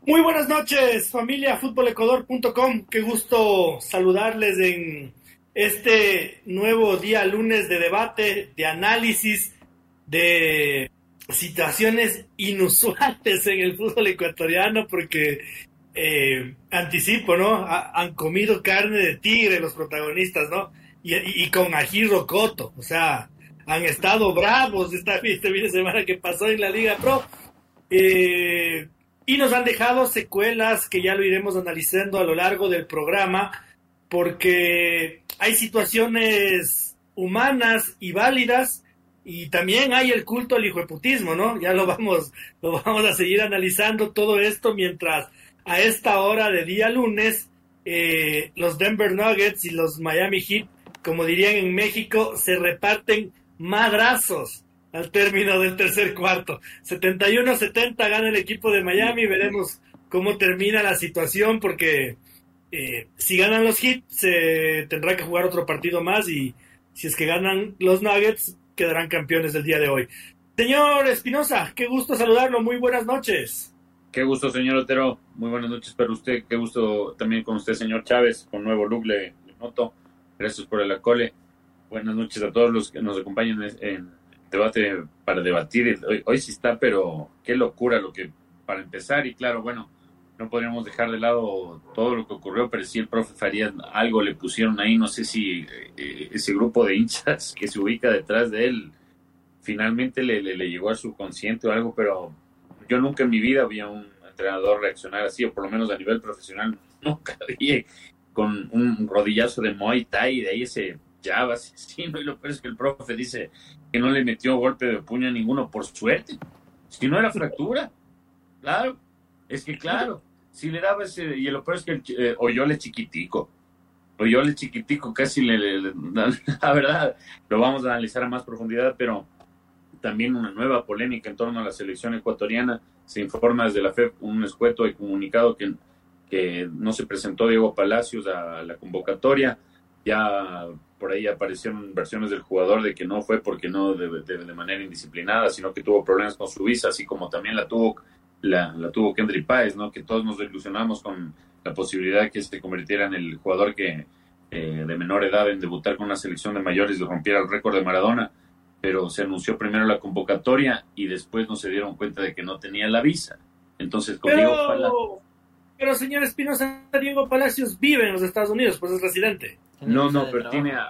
Muy buenas noches, familia futbolecuador.com. Qué gusto saludarles en este nuevo día lunes de debate, de análisis, de situaciones inusuales en el fútbol ecuatoriano, porque anticipo, ¿no? Han comido carne de tigre los protagonistas, ¿no? Y con ají rocoto, o sea, han estado bravos este fin de semana que pasó en la Liga Pro. Eh, y nos han dejado secuelas que ya lo iremos analizando a lo largo del programa, porque hay situaciones humanas y válidas, y también hay el culto al hijueputismo, ¿no? Ya lo vamos a seguir analizando todo esto mientras a esta hora de día lunes, los Denver Nuggets y los Miami Heat, como dirían en México, se reparten madrazos al término del tercer cuarto. 71-70 gana el equipo de Miami. Veremos cómo termina la situación, porque si ganan los Heat se tendrá que jugar otro partido más, y si es que ganan los Nuggets quedarán campeones del día de hoy. Señor Espinosa, qué gusto saludarlo, muy buenas noches. Qué gusto, señor Otero, muy buenas noches para usted, qué gusto también con usted, señor Chávez, con nuevo look le noto, gracias por el acole. Buenas noches a todos los que nos acompañan en debate para debatir. Hoy sí está, pero qué locura lo que, para empezar, y claro, bueno, no podríamos dejar de lado todo lo que ocurrió, pero sí el profe Farías algo le pusieron ahí, no sé si ese grupo de hinchas que se ubica detrás de él finalmente le llegó al subconsciente o algo, pero yo nunca en mi vida vi a un entrenador reaccionar así, o por lo menos a nivel profesional, nunca vi con un rodillazo de Muay Thai, y de ahí ese jab asesino, y lo peor es que el profe dice que no le metió golpe de puño a ninguno, por suerte, si no era fractura, claro, es que claro, si le daba ese, y lo peor es que Oyole chiquitico, casi la verdad, lo vamos a analizar a más profundidad, pero también una nueva polémica en torno a la selección ecuatoriana. Se informa desde la FEP un escueto y comunicado que no se presentó Diego Palacios a la convocatoria. Ya por ahí aparecieron versiones del jugador de que no fue porque no de manera indisciplinada, sino que tuvo problemas con su visa, así como también la tuvo Kendry Páez, ¿no? Que todos nos ilusionamos con la posibilidad que se convirtiera en el jugador que de menor edad en debutar con una selección de mayores y rompiera el récord de Maradona, pero se anunció primero la convocatoria y después no se dieron cuenta de que no tenía la visa. Entonces, con Diego Palacios... Pero señor Espinosa, Diego Palacios vive en los Estados Unidos, pues es residente. No, pero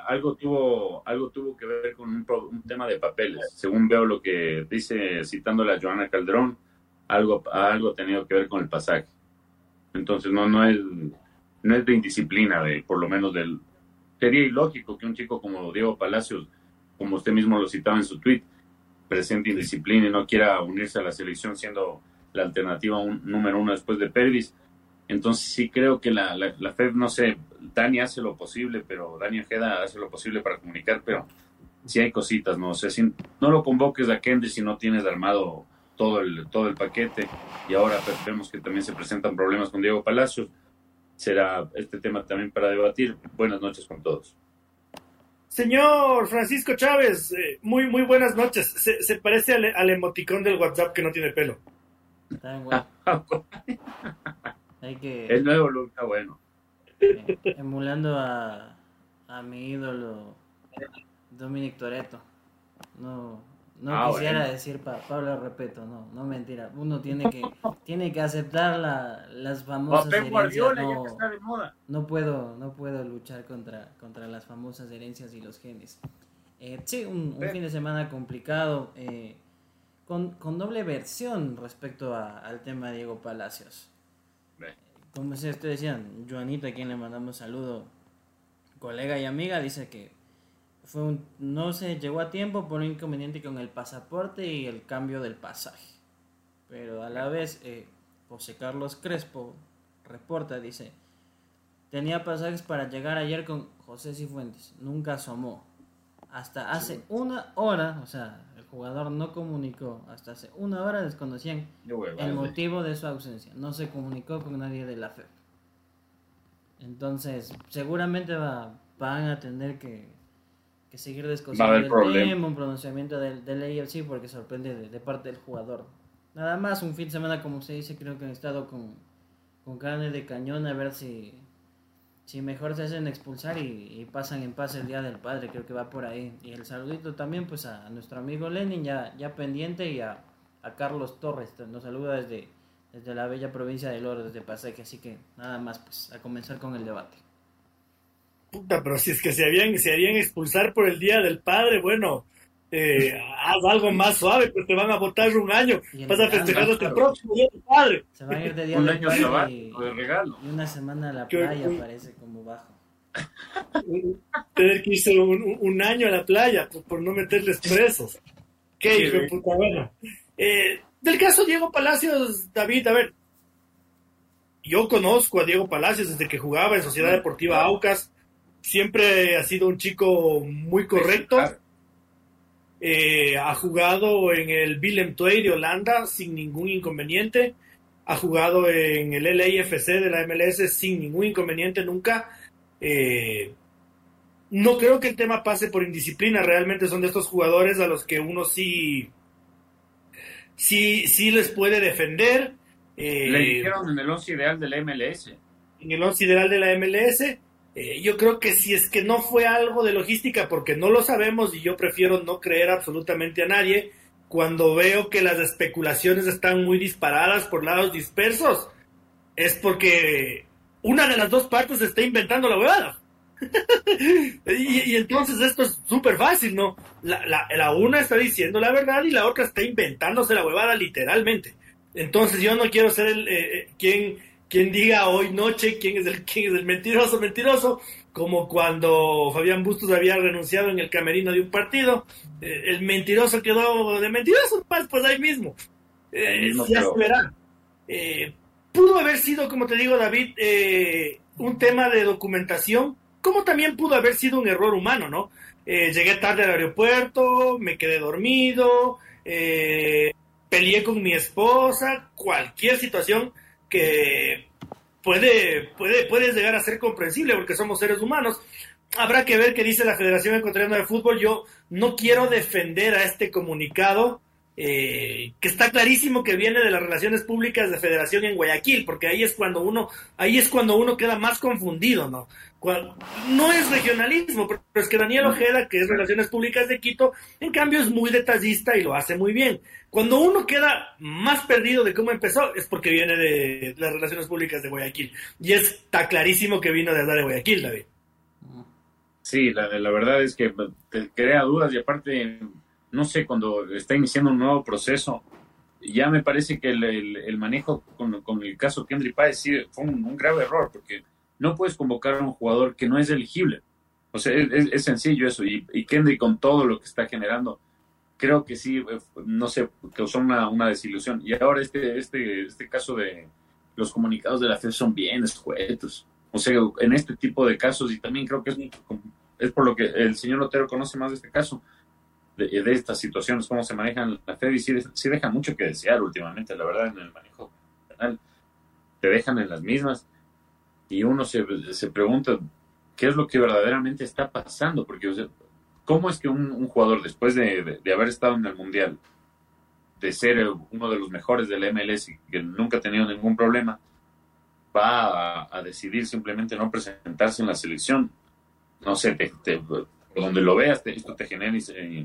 algo tuvo que ver con un tema de papeles. Según veo lo que dice, citando a Joana Calderón, algo ha tenido que ver con el pasaje. Entonces, no es de indisciplina, por lo menos sería ilógico que un chico como Diego Palacios, como usted mismo lo citaba en su tweet, presente indisciplina y no quiera unirse a la selección siendo la alternativa número uno después de Pervis. Entonces sí creo que la FED, no sé, Dani hace lo posible, pero Dani Ojeda hace lo posible para comunicar, pero sí hay cositas, ¿no? O sea, si no lo convoques a Kendry si no tienes armado todo el paquete, y ahora vemos que también se presentan problemas con Diego Palacios, será este tema también para debatir. Buenas noches con todos. Señor Francisco Chávez, muy buenas noches. Se parece al emoticón del WhatsApp que no tiene pelo. Está bien, bueno. Hay que... El nuevo look está bueno. Emulando a mi ídolo Dominic Toretto. No quisiera decir Pablo Repeto, no mentira. Uno tiene que aceptar las famosas herencias. Guardiola, ya que está de moda. No puedo luchar contra las famosas herencias y los genes. Sí, un fin de semana complicado, con doble versión respecto al tema de Diego Palacios. Como ustedes decían, Joanita, a quien le mandamos saludo, colega y amiga, dice que no se llegó a tiempo por un inconveniente con el pasaporte y el cambio del pasaje. Pero a la vez, José Carlos Crespo reporta, dice, tenía pasajes para llegar ayer con José Cifuentes, nunca asomó. Hasta hace una hora, o sea, el jugador no comunicó, hasta hace una hora desconocían el motivo de su ausencia. No se comunicó con nadie de la FEP. Entonces, seguramente van a tener que seguir desconociendo el tema, un pronunciamiento del AFC, porque sorprende de parte del jugador nada más un fin de semana, como se dice, creo que han estado con carne de cañón a ver si mejor se hacen expulsar y pasan en paz el Día del Padre, creo que va por ahí. Y el saludito también pues a nuestro amigo Lenin, ya pendiente, y a Carlos Torres, nos saluda desde la bella provincia de Loro, desde Paseque, así que nada más pues a comenzar con el debate. Puta, pero si es que se harían expulsar por el Día del Padre, bueno, haz algo más suave, pues te van a votar un año, vas a festejar hasta el próximo Día del Padre. Se van a ir de Día un del año Padre de regalo. y una semana a la playa parece como bajo. Tener que irse un año a la playa por no meterles presos. Qué hijo de puta, bueno. Del caso Diego Palacios, David, a ver, yo conozco a Diego Palacios desde que jugaba en Sociedad Deportiva Aucas, siempre ha sido un chico muy correcto, ha jugado en el Willem II de Holanda sin ningún inconveniente, ha jugado en el LAFC de la MLS sin ningún inconveniente nunca. No creo que el tema pase por indisciplina, realmente son de estos jugadores a los que uno sí les puede defender. Le dijeron en el 11 ideal de la MLS. En el 11 ideal de la MLS, yo creo que si es que no fue algo de logística, porque no lo sabemos y yo prefiero no creer absolutamente a nadie, cuando veo que las especulaciones están muy disparadas por lados dispersos, es porque una de las dos partes está inventando la huevada. y entonces esto es súper fácil, ¿no? La una está diciendo la verdad y la otra está inventándose la huevada literalmente. Entonces yo no quiero ser quien diga hoy noche quién es el mentiroso, como cuando Fabián Bustos había renunciado en el camerino de un partido. El mentiroso quedó de mentiroso, pues ahí mismo. Ya se verá. Pudo haber sido, como te digo, David, un tema de documentación, como también pudo haber sido un error humano, ¿no? Llegué tarde al aeropuerto, me quedé dormido, peleé con mi esposa, cualquier situación que puede llegar a ser comprensible porque somos seres humanos. Habrá que ver qué dice la Federación Ecuatoriana de Fútbol. Yo no quiero defender a este comunicado, que está clarísimo que viene de las relaciones públicas de Federación en Guayaquil, porque ahí es cuando uno queda más confundido, ¿no? No es regionalismo, pero es que Daniel Ojeda, que es Relaciones Públicas de Quito, en cambio es muy detallista y lo hace muy bien. Cuando uno queda más perdido de cómo empezó, es porque viene de las Relaciones Públicas de Guayaquil. Y está clarísimo que vino de allá de Guayaquil, David. Sí, la verdad es que te crea dudas y aparte, no sé, cuando está iniciando un nuevo proceso, ya me parece que el manejo con el caso Kendry Páez sí fue un grave error, porque no puedes convocar a un jugador que no es elegible. O sea, es sencillo eso. Y Kendry, con todo lo que está generando, creo que sí, no sé, causó una desilusión. Y ahora este caso de los comunicados de la FED son bien escuetos. O sea, en este tipo de casos, y también creo que es por lo que el señor Otero conoce más de este caso, de estas situaciones, cómo se manejan la FED, y sí dejan mucho que desear últimamente, la verdad, en el manejo penal. Te dejan en las mismas. Y uno se pregunta qué es lo que verdaderamente está pasando, porque, o sea, ¿cómo es que un jugador, después de haber estado en el Mundial, de ser uno de los mejores del MLS y que nunca ha tenido ningún problema, va a decidir simplemente no presentarse en la selección? No sé, por donde lo veas, esto te genera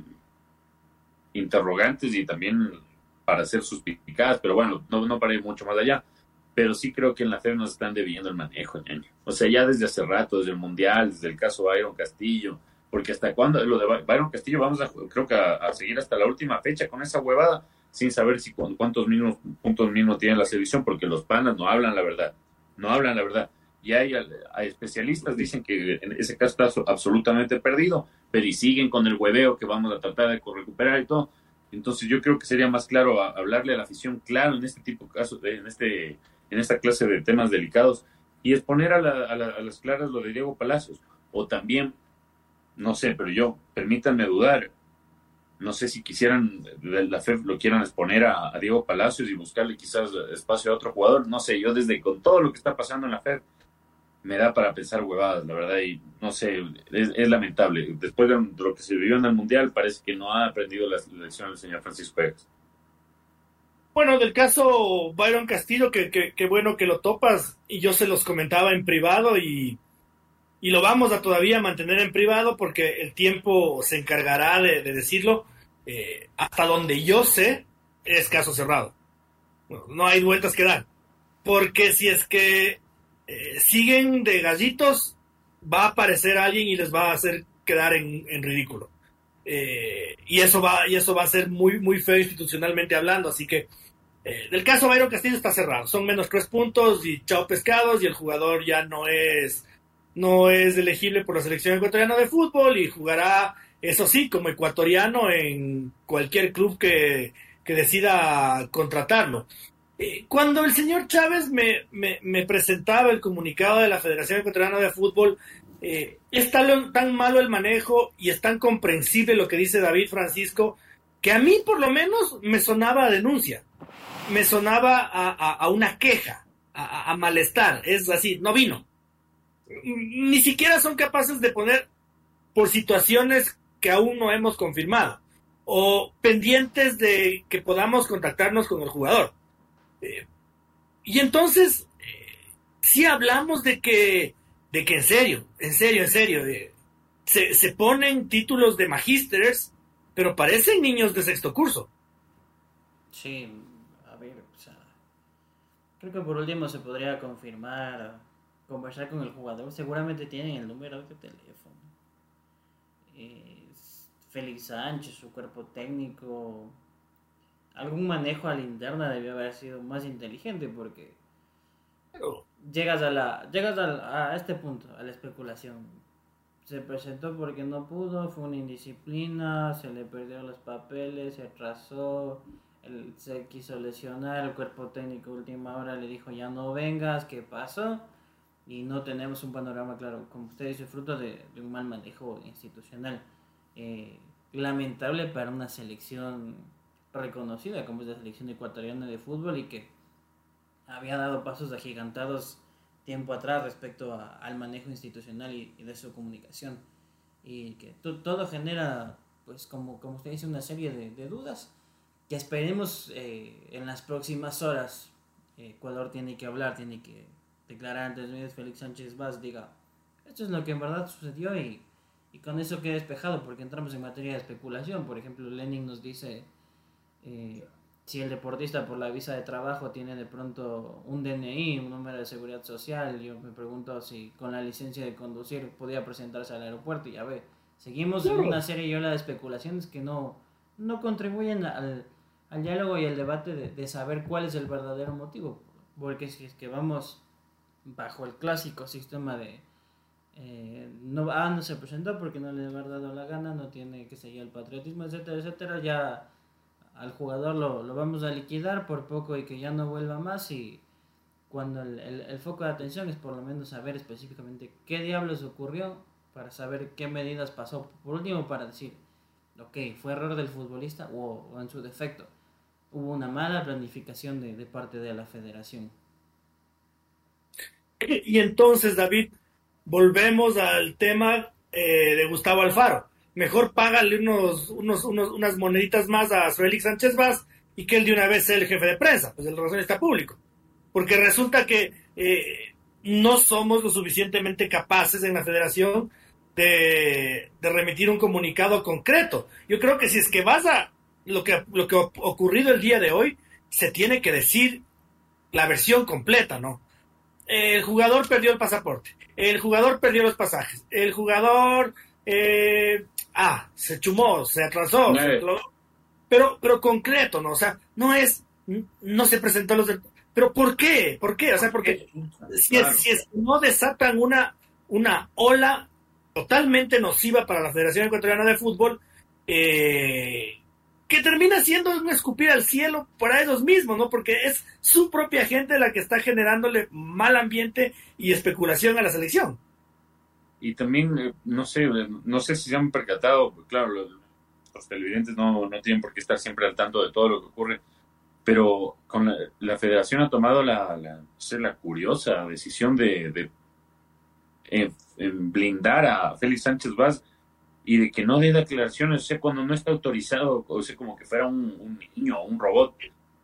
interrogantes y también para ser suspicadas, pero bueno, no para ir mucho más allá. Pero sí creo que en la FED nos están debiendo el manejo, ñaño. O sea, ya desde hace rato, desde el Mundial, desde el caso Byron Castillo, porque hasta cuándo, lo de Byron Castillo, creo que a seguir hasta la última fecha con esa huevada, sin saber cuántos puntos mínimos tiene la selección, porque los panas no hablan la verdad. Y hay especialistas dicen que en ese caso está absolutamente perdido, pero y siguen con el hueveo que vamos a tratar de recuperar y todo. Entonces yo creo que sería más claro hablarle a la afición claro en este tipo de casos, en esta clase de temas delicados, y exponer a las claras lo de Diego Palacios. O también, no sé, pero permítanme dudar, no sé si quisieran, la FEF lo quieran exponer a Diego Palacios y buscarle quizás espacio a otro jugador, no sé, yo con todo lo que está pasando en la FEF, me da para pensar huevadas, la verdad, y no sé, es lamentable. Después de lo que se vivió en el Mundial, parece que no ha aprendido la lección el señor Francisco Egas. Bueno, del caso Byron Castillo, que bueno que lo topas, y yo se los comentaba en privado y lo vamos a todavía mantener en privado porque el tiempo se encargará de decirlo. Hasta donde yo sé, es caso cerrado. No hay vueltas que dar. Porque si es que siguen de gallitos, va a aparecer alguien y les va a hacer quedar en ridículo. Y eso va a ser muy, muy feo institucionalmente hablando. Así que del caso Byron Castillo está cerrado. Son menos 3 puntos y chao pescados, y el jugador ya no es elegible por la selección ecuatoriana de fútbol y jugará, eso sí, como ecuatoriano en cualquier club que decida contratarlo. Cuando el señor Chávez me presentaba el comunicado de la Federación Ecuatoriana de Fútbol, es tan malo el manejo y es tan comprensible lo que dice David Francisco, que a mí por lo menos me sonaba a denuncia, me sonaba a una queja, a malestar. Es así, no vino. Ni siquiera son capaces de poner por situaciones que aún no hemos confirmado o pendientes de que podamos contactarnos con el jugador. Y entonces, si hablamos de que en serio, se ponen títulos de magísteres, pero parecen niños de sexto curso. Sí, a ver, o sea, creo que por último se podría conversar con el jugador. Seguramente tienen el número de teléfono. Félix Sánchez, su cuerpo técnico, algún manejo a la interna debió haber sido más inteligente, porque llegas a este punto, a la especulación. Se presentó porque no pudo, fue una indisciplina, se le perdieron los papeles, se atrasó, se quiso lesionar, el cuerpo técnico última hora le dijo ya no vengas, ¿qué pasó? Y no tenemos un panorama claro. Como usted dice, fruto de un mal manejo institucional. Lamentable para una selección reconocida como es la selección ecuatoriana de fútbol, y que había dado pasos agigantados tiempo atrás respecto al manejo institucional y de su comunicación, y que todo genera, pues como usted dice, una serie de dudas que esperemos en las próximas horas Ecuador tiene que hablar, tiene que declarar ante los medios. Félix Sánchez Vaz diga esto es lo que en verdad sucedió, y con eso queda despejado, porque entramos en materia de especulación. Por ejemplo, Lenin nos dice si el deportista por la visa de trabajo tiene de pronto un DNI, un número de seguridad social. Yo me pregunto si con la licencia de conducir podía presentarse al aeropuerto, y ya ve, seguimos en una serie y ola de especulaciones que no contribuyen al diálogo y al debate de saber cuál es el verdadero motivo. Porque si es que vamos bajo el clásico sistema de no se presentó porque no le haber dado la gana, no tiene que seguir el patriotismo, etcétera, etcétera, ya al jugador lo vamos a liquidar por poco y que ya no vuelva más. Y cuando el foco de atención es por lo menos saber específicamente qué diablos ocurrió, para saber qué medidas pasó, por último, para decir ok, fue error del futbolista o en su defecto hubo una mala planificación de parte de la federación. Y entonces, David, volvemos al tema de Gustavo Alfaro. Mejor págale unas moneditas más a Félix Sánchez Vaz y que él de una vez sea el jefe de prensa, pues el razón está público. Porque resulta que no somos lo suficientemente capaces en la federación de remitir un comunicado concreto. Yo creo que si es que vas a lo que ha ocurrido el día de hoy, se tiene que decir la versión completa, ¿no? El jugador perdió el pasaporte, el jugador perdió los pasajes, el jugador se chumó, se atrasó, pero concreto, ¿no? O sea, no se presentó pero ¿por qué? O sea, porque si es que no desatan una ola totalmente nociva para la Federación Ecuatoriana de Fútbol, que termina siendo un escupir al cielo para ellos mismos, ¿no? Porque es su propia gente la que está generándole mal ambiente y especulación a la selección. Y también, no sé si se han percatado, claro, los televidentes no tienen por qué estar siempre al tanto de todo lo que ocurre, pero con la federación ha tomado la curiosa decisión de blindar a Félix Sánchez Vaz y de que no dé declaraciones, o sea, cuando no está autorizado, o sea, como que fuera un niño o un robot.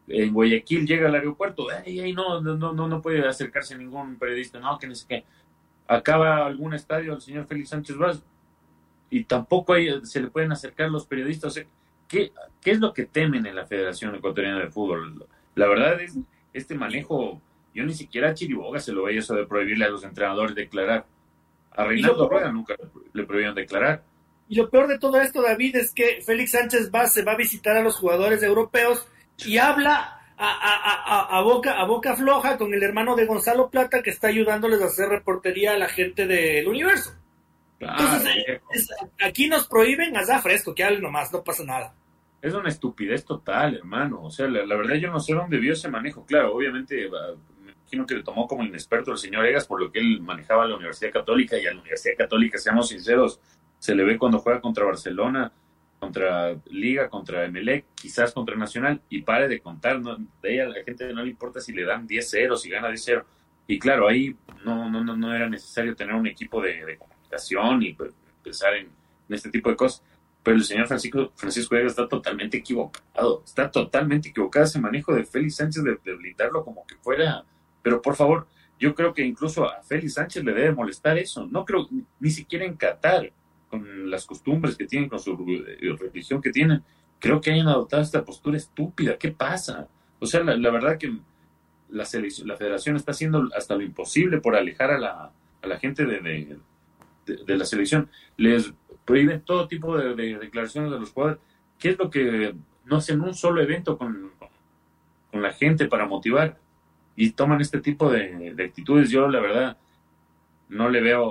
en Guayaquil llega al aeropuerto, no puede acercarse ningún periodista, no, que no sé qué. Acaba algún estadio al señor Félix Sánchez Vaz y tampoco se le pueden acercar los periodistas. O sea, ¿qué es lo que temen en la Federación Ecuatoriana de Fútbol? La verdad es, este manejo, yo ni siquiera a Chiriboga se lo veía eso de prohibirle a los entrenadores declarar. A Reinaldo Rueda nunca le prohibieron declarar. Y lo peor de todo esto, David, es que Félix Sánchez Vaz se va a visitar a los jugadores europeos y habla a boca floja con el hermano de Gonzalo Plata, que está ayudándoles a hacer reportería a la gente del Universo. Claro, entonces, aquí nos prohíben allá fresco, que hable nomás, no pasa nada. Es una estupidez total, hermano. O sea, la verdad yo no sé dónde vio ese manejo. Claro, obviamente me imagino que le tomó como inexperto el señor Egas por lo que él manejaba a la Universidad Católica, y a la Universidad Católica, seamos sinceros, se le ve cuando juega contra Barcelona, contra Liga, contra Emelec, quizás contra Nacional, y pare de contar. ¿No? De ella a la gente no le importa si le dan 10-0, si gana 10-0. Y claro, ahí no era necesario tener un equipo de comunicación y pues, pensar en este tipo de cosas. Pero el señor Francisco Egas está totalmente equivocado. Está totalmente equivocado ese manejo de Félix Sánchez de blindarlo como que fuera. Pero por favor, yo creo que incluso a Félix Sánchez le debe molestar eso. No creo, ni siquiera en Qatar, con las costumbres que tienen, con su religión que tienen, creo que hayan adoptado esta postura estúpida. ¿Qué pasa? O sea, la verdad que la federación está haciendo hasta lo imposible por alejar a la gente de la selección. Les prohíben todo tipo de declaraciones de los jugadores. ¿Qué es lo que no hacen un solo evento con la gente para motivar? Y toman este tipo de actitudes. Yo la verdad no le veo,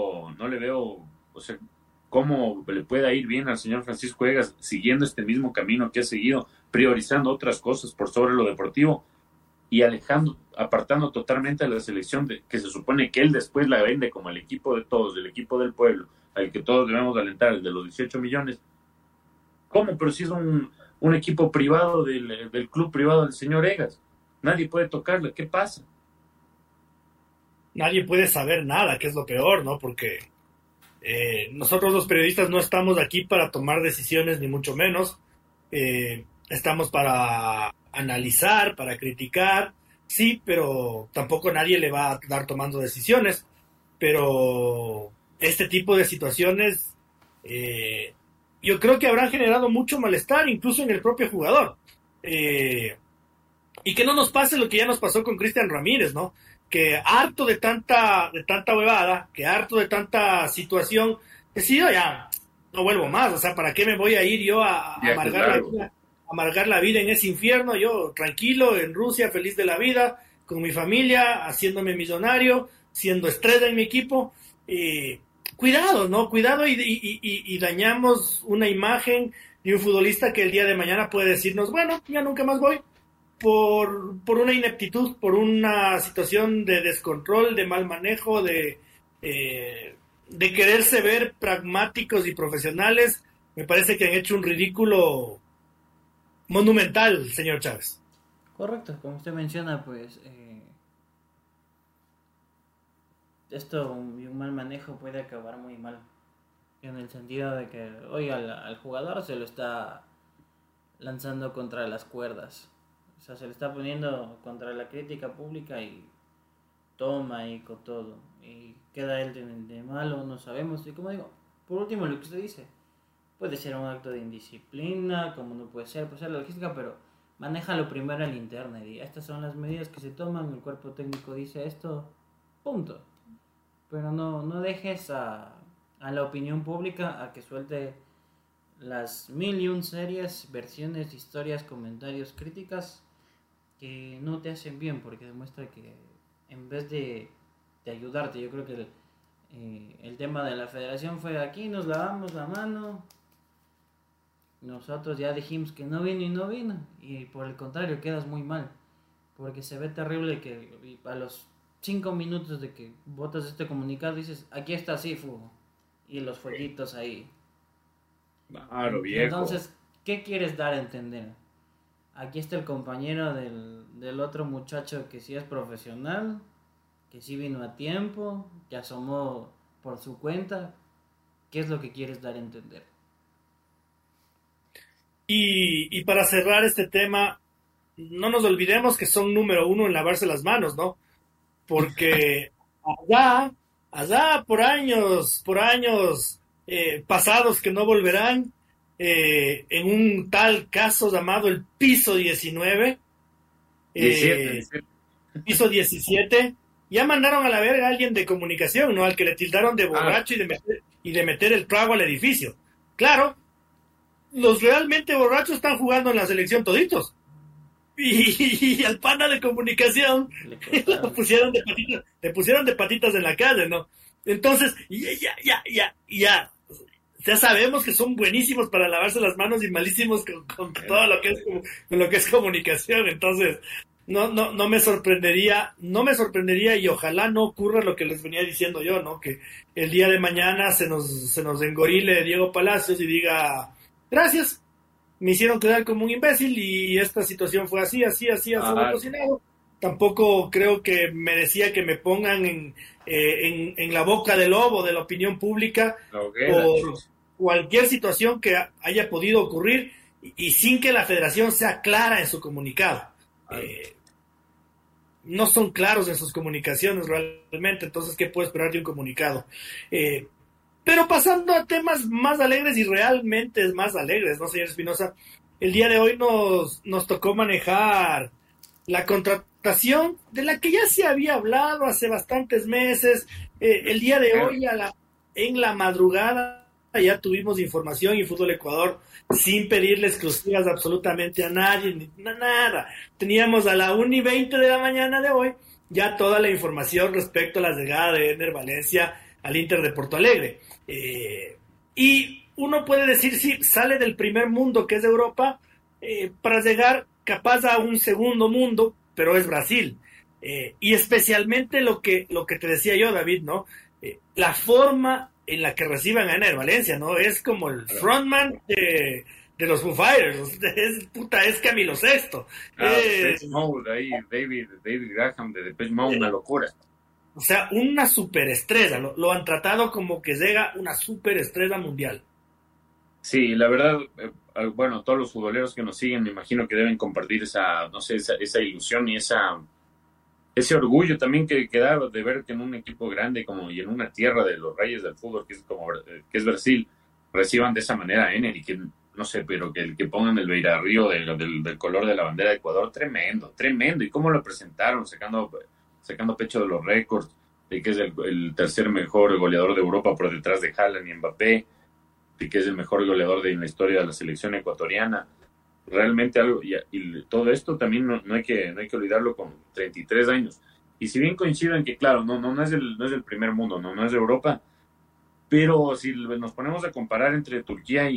o sea, cómo le pueda ir bien al señor Francisco Egas siguiendo este mismo camino que ha seguido, priorizando otras cosas por sobre lo deportivo y apartando totalmente a la selección que se supone que él después la vende como el equipo de todos, el equipo del pueblo, al que todos debemos alentar, el de los 18 millones. ¿Cómo? Pero si es un equipo privado del club privado del señor Egas. Nadie puede tocarle. ¿Qué pasa? Nadie puede saber nada, que es lo peor, ¿no? Porque nosotros los periodistas no estamos aquí para tomar decisiones, ni mucho menos. Estamos para analizar, para criticar, sí, pero tampoco nadie le va a dar tomando decisiones. Pero este tipo de situaciones yo creo que habrán generado mucho malestar, incluso en el propio jugador. Y que no nos pase lo que ya nos pasó con Cristian Ramírez, ¿no? Que harto de tanta huevada, que harto de tanta situación, decidió ya, no vuelvo más. O sea, ¿para qué me voy a ir yo a amargar la vida en ese infierno? Yo tranquilo, en Rusia, feliz de la vida, con mi familia, haciéndome millonario, siendo estrella en mi equipo. Cuidado, ¿no? Cuidado y dañamos una imagen de un futbolista que el día de mañana puede decirnos, bueno, ya nunca más voy, por una ineptitud, por una situación de descontrol, de mal manejo, de quererse ver pragmáticos y profesionales. Me parece que han hecho un ridículo monumental, señor Chávez. Correcto, como usted menciona, pues esto y un mal manejo puede acabar muy mal, en el sentido de que hoy al jugador se lo está lanzando contra las cuerdas, o sea, se le está poniendo contra la crítica pública y toma ahí con todo, y queda él de malo, no sabemos. Y como digo, por último, lo que usted dice puede ser un acto de indisciplina, como no puede ser la logística, pero manéjalo primero en la interna y estas son las medidas que se toman, el cuerpo técnico dice esto, punto. Pero no dejes a la opinión pública a que suelte las 1001 series, versiones, historias, comentarios, críticas que no te hacen bien, porque demuestra que en vez de ayudarte, yo creo que el tema de la federación fue aquí nos lavamos la mano, nosotros ya dijimos que no vino y no vino, y por el contrario quedas muy mal, porque se ve terrible que a los 5 minutos de que botas este comunicado dices, aquí está Sifu, y los fueguitos ahí. Claro, viejo. Entonces, ¿qué quieres dar a entender? Aquí está el compañero del otro muchacho que sí es profesional, que sí vino a tiempo, que asomó por su cuenta. ¿Qué es lo que quieres dar a entender? Y para cerrar este tema, no nos olvidemos que son número uno en lavarse las manos, ¿no? Porque allá por años pasados que no volverán, en un tal caso llamado el piso 19, 17. piso 17, ya mandaron a la verga a alguien de comunicación, ¿no? Al que le tildaron de borracho y de meter el trago al edificio. Claro, los realmente borrachos están jugando en la selección toditos. Y al pana de comunicación le pusieron de patitas en la calle, ¿no? Entonces, ya sabemos que son buenísimos para lavarse las manos y malísimos con todo lo que es comunicación. Entonces, no me sorprendería y ojalá no ocurra lo que les venía diciendo yo, ¿no? Que el día de mañana se nos engorile Diego Palacios y diga, gracias, me hicieron quedar como un imbécil y esta situación fue así, cocinado. Tampoco creo que merecía que me pongan en la boca del lobo de la opinión pública por cualquier situación que haya podido ocurrir y sin que la federación sea clara en su comunicado. No son claros en sus comunicaciones realmente, entonces ¿qué puedo esperar de un comunicado? Pero pasando a temas más alegres y realmente más alegres, ¿no, señor Espinosa? El día de hoy nos tocó manejar la contratación de la que ya se había hablado hace bastantes meses. El día de hoy, en la madrugada, ya tuvimos información y Fútbol Ecuador, sin pedirle exclusivas absolutamente a nadie, ni nada. Teníamos a la 1:20 de la mañana de hoy ya toda la información respecto a la llegada de Ener Valencia al Inter de Porto Alegre. Y uno puede decir, sí, sale del primer mundo, que es Europa, para llegar capaz a un segundo mundo, pero es Brasil. Y especialmente lo que te decía yo, David, ¿no? La forma en la que reciban a Ener Valencia, ¿no? Es como el frontman de los Foo Fighters, es Camilo Sesto. Depeche Mode, ahí, David Graham de Depeche Mode, una locura. O sea, una superestrella, lo han tratado como que llega una superestrella mundial. Sí, la verdad, bueno, todos los futboleros que nos siguen me imagino que deben compartir esa ilusión y ese orgullo también que da de ver que en un equipo grande como y en una tierra de los reyes del fútbol que es Brasil, reciban de esa manera a Ener y que no sé, pero que pongan el Beira-Río del color de la bandera de Ecuador, tremendo, y cómo lo presentaron, sacando pecho de los récords, de que es el tercer mejor goleador de Europa por detrás de Haaland y Mbappé, y que es el mejor goleador de la historia de la selección ecuatoriana. Realmente algo, y todo esto también no hay que olvidarlo con 33 años. Y si bien coincido en que, claro, no es el primer mundo, no es de Europa, pero si nos ponemos a comparar entre Turquía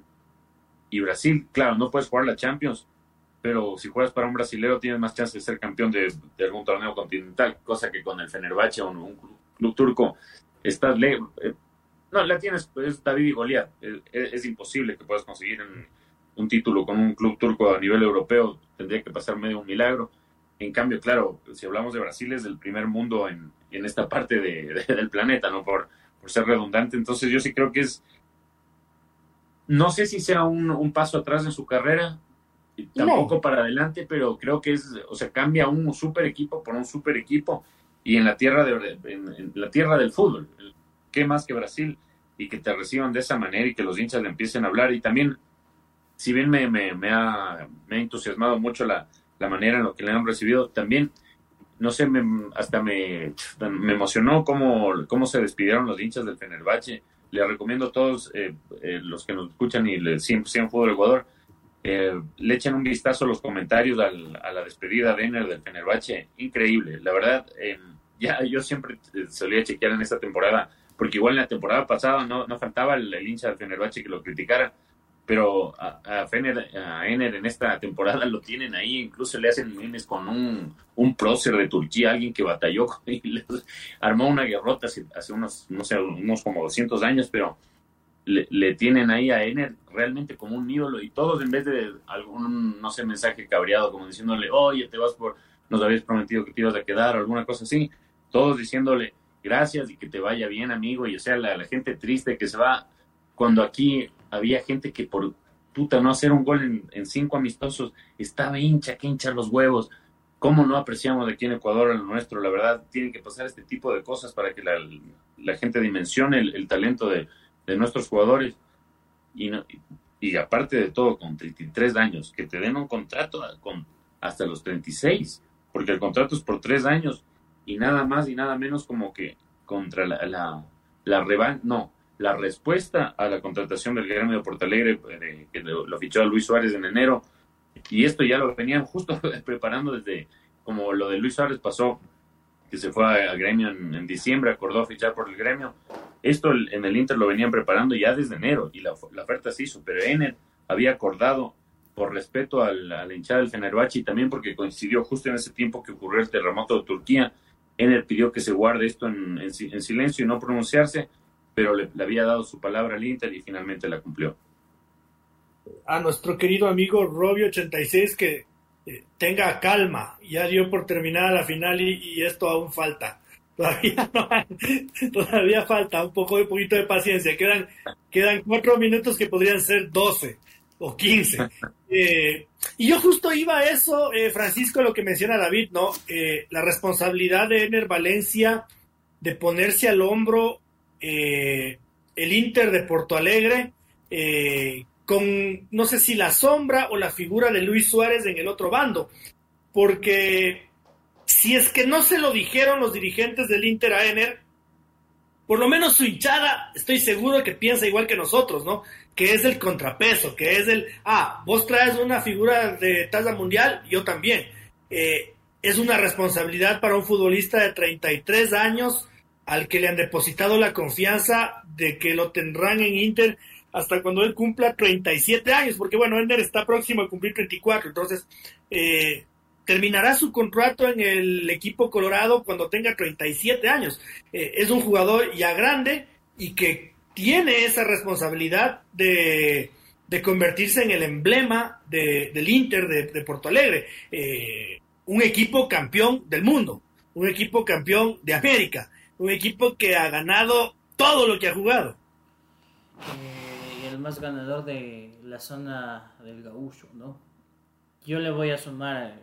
y Brasil, claro, no puedes jugar la Champions, pero si juegas para un brasilero tienes más chance de ser campeón de algún torneo continental, cosa que con el Fenerbahce o un club turco estás lejos. No, la tienes, es David y Goliat. Es imposible que puedas conseguir un título con un club turco a nivel europeo, tendría que pasar medio un milagro. En cambio, claro, si hablamos de Brasil, es del primer mundo en esta parte del planeta, ¿no? Por ser redundante. Entonces yo sí creo que no sé si sea un paso atrás en su carrera, tampoco para adelante, pero creo que cambia un super equipo por un super equipo, y en la tierra del fútbol, ¿qué más que Brasil? Y que te reciban de esa manera y que los hinchas le empiecen a hablar. Y también, si bien me ha entusiasmado mucho la manera en la que le han recibido, también, no sé, hasta me emocionó cómo se despidieron los hinchas del Fenerbahce. Les recomiendo a todos los que nos escuchan y siempre sean Fútbol Ecuador, le echen un vistazo a los comentarios a la despedida de Ener del Fenerbahce. Increíble, la verdad. Ya yo siempre solía chequear en esta temporada, porque igual en la temporada pasada no faltaba el hincha del Fenerbahce que lo criticara, pero a Ener en esta temporada lo tienen ahí, incluso le hacen memes con un prócer de Turquía, alguien que batalló y les armó una guerrota hace unos como 200 años, pero le tienen ahí a Ener realmente como un ídolo, y todos, en vez de algún, no sé, mensaje cabreado como diciéndole, oye, nos habías prometido que te ibas a quedar o alguna cosa así, todos diciéndole gracias y que te vaya bien, amigo. Y o sea, la gente triste que se va, cuando aquí había gente que por puta, no hacer un gol en 5 amistosos, estaba que hincha los huevos. ¿Cómo no apreciamos aquí en Ecuador a lo nuestro? La verdad, tienen que pasar este tipo de cosas para que la gente dimensione el talento de nuestros jugadores. Y, no, y aparte de todo, con 33 años, que te den un contrato hasta los 36, porque el contrato es por 3 años, y nada más y nada menos como que contra la respuesta a la contratación del gremio de Porto Alegre, que lo fichó a Luis Suárez en enero, y esto ya lo venían justo preparando desde, como lo de Luis Suárez pasó, que se fue al gremio en diciembre, acordó fichar por el gremio. Esto en el Inter lo venían preparando ya desde enero, y la oferta se hizo, pero Ener había acordado, por respeto a la hinchada del Fenerbahce, y también porque coincidió justo en ese tiempo que ocurrió el terremoto de Turquía. Ener pidió que se guarde esto en silencio y no pronunciarse, pero le había dado su palabra al Inter y finalmente la cumplió. A nuestro querido amigo Robbie86 que tenga calma, ya dio por terminada la final y esto aún falta. Todavía no hay, todavía falta un poquito de paciencia. Quedan 4 minutos que podrían ser 12 o 15. Y yo justo iba a eso, Francisco, lo que menciona David, ¿no? La responsabilidad de Ener Valencia de ponerse al hombro el Inter de Porto Alegre, con no sé si la sombra o la figura de Luis Suárez en el otro bando, porque si es que no se lo dijeron los dirigentes del Inter a Ener, por lo menos su hinchada, estoy seguro que piensa igual que nosotros, ¿no? Que es el contrapeso, que es vos traes una figura de talla mundial, yo también. Es una responsabilidad para un futbolista de 33 años al que le han depositado la confianza de que lo tendrán en Inter hasta cuando él cumpla 37 años, porque bueno, Ener está próximo a cumplir 34, entonces terminará su contrato en el equipo colorado cuando tenga 37 años. Es un jugador ya grande y que tiene esa responsabilidad de convertirse en el emblema del Inter de Porto Alegre, un equipo campeón del mundo, un equipo campeón de América, un equipo que ha ganado todo lo que ha jugado. Y el más ganador de la zona del Gaúcho, ¿no? Yo le voy a sumar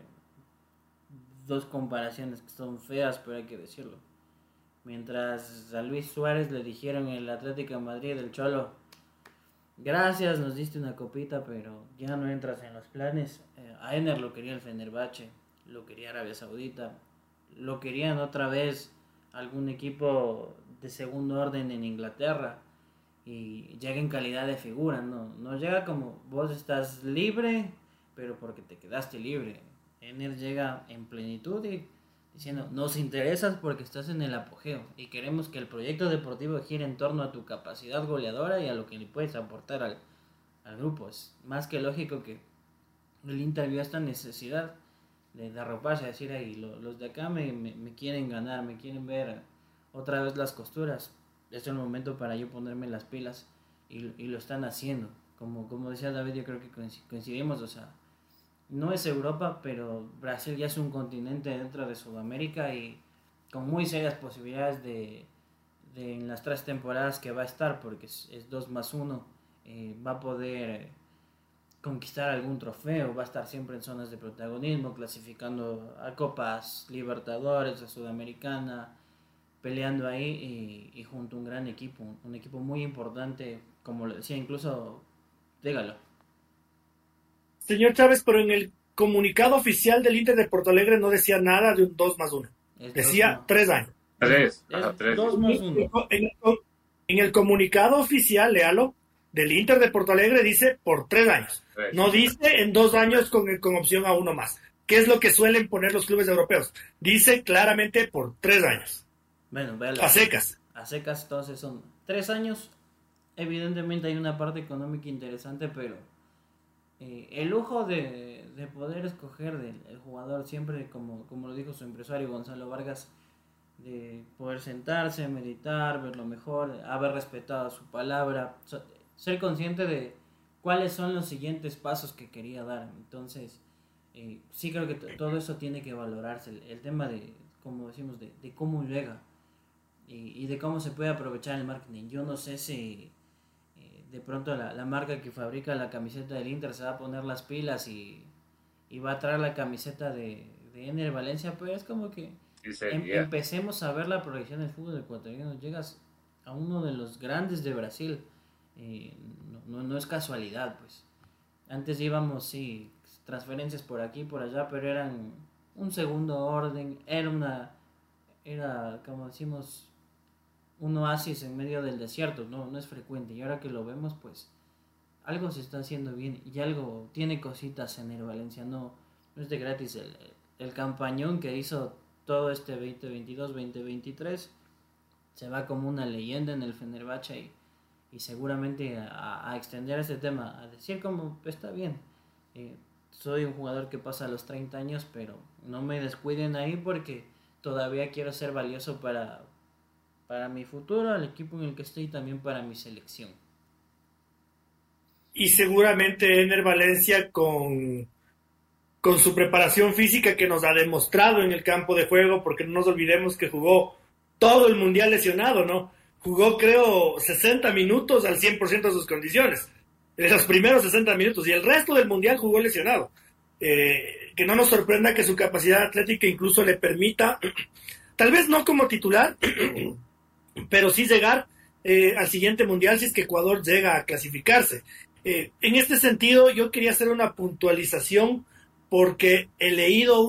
2 comparaciones que son feas, pero hay que decirlo. Mientras a Luis Suárez le dijeron en el Atlético de Madrid del Cholo, gracias, nos diste una copita, pero ya no entras en los planes. A Ener lo quería el Fenerbahce, lo quería Arabia Saudita, lo querían otra vez algún equipo de segundo orden en Inglaterra, y llega en calidad de figura, no llega como vos estás libre, pero porque te quedaste libre. Ener llega en plenitud y diciendo, nos interesas porque estás en el apogeo y queremos que el proyecto deportivo gire en torno a tu capacidad goleadora y a lo que le puedes aportar al grupo. Es más que lógico que el Inter vio esta necesidad de arroparse, a decir, ahí los de acá me quieren ganar, me quieren ver otra vez las costuras. Es el momento para yo ponerme las pilas y lo están haciendo. Como decía David, yo creo que coincidimos, o sea, no es Europa, pero Brasil ya es un continente dentro de Sudamérica y con muy serias posibilidades de en las 3 temporadas que va a estar, porque es 2+1, va a poder conquistar algún trofeo, va a estar siempre en zonas de protagonismo, clasificando a Copas Libertadores, a Sudamericana, peleando ahí y junto a un gran equipo, un equipo muy importante, como lo decía, incluso, dígalo. Señor Chávez, pero en el comunicado oficial del Inter de Porto Alegre no decía nada de un 2+1. Decía 3 años. 3. 2+1. En el comunicado oficial, léalo, del Inter de Porto Alegre dice por 3 años. 3. No dice en 2 años con opción a uno más. ¿Qué es lo que suelen poner los clubes europeos? Dice claramente por 3 años. Bueno, a secas. A secas, entonces son 3 años. Evidentemente hay una parte económica interesante, pero el lujo de poder escoger del jugador siempre, como lo dijo su empresario Gonzalo Vargas, de poder sentarse, meditar, ver lo mejor, haber respetado su palabra, ser consciente de cuáles son los siguientes pasos que quería dar. Entonces, sí creo que todo eso tiene que valorarse. El tema de, como decimos, de cómo llega y de cómo se puede aprovechar el marketing. Yo no sé si de pronto la marca que fabrica la camiseta del Inter se va a poner las pilas y va a traer la camiseta de Ener Valencia, pues es como que empecemos a ver la proyección del fútbol ecuatoriano. Llegas a uno de los grandes de Brasil, no es casualidad, pues. Antes íbamos, sí, transferencias por aquí y por allá, pero eran un segundo orden, era como decimos, un oasis en medio del desierto, no es frecuente. Y ahora que lo vemos, pues algo se está haciendo bien y algo tiene cositas en el Valencia, no es de gratis. El campañón que hizo todo este 2022-2023 se va como una leyenda en el Fenerbahce y seguramente a extender este tema, a decir como está bien, soy un jugador que pasa los 30 años, pero no me descuiden ahí porque todavía quiero ser valioso para mi futuro, al equipo en el que estoy y también para mi selección. Y seguramente Ener Valencia con su preparación física que nos ha demostrado en el campo de juego, porque no nos olvidemos que jugó todo el Mundial lesionado, ¿no? Jugó, creo, 60 minutos al 100% de sus condiciones. Los primeros 60 minutos. Y el resto del Mundial jugó lesionado. Que no nos sorprenda que su capacidad atlética incluso le permita, tal vez no como titular, pero sí llegar al siguiente Mundial si es que Ecuador llega a clasificarse. En este sentido, yo quería hacer una puntualización porque he leído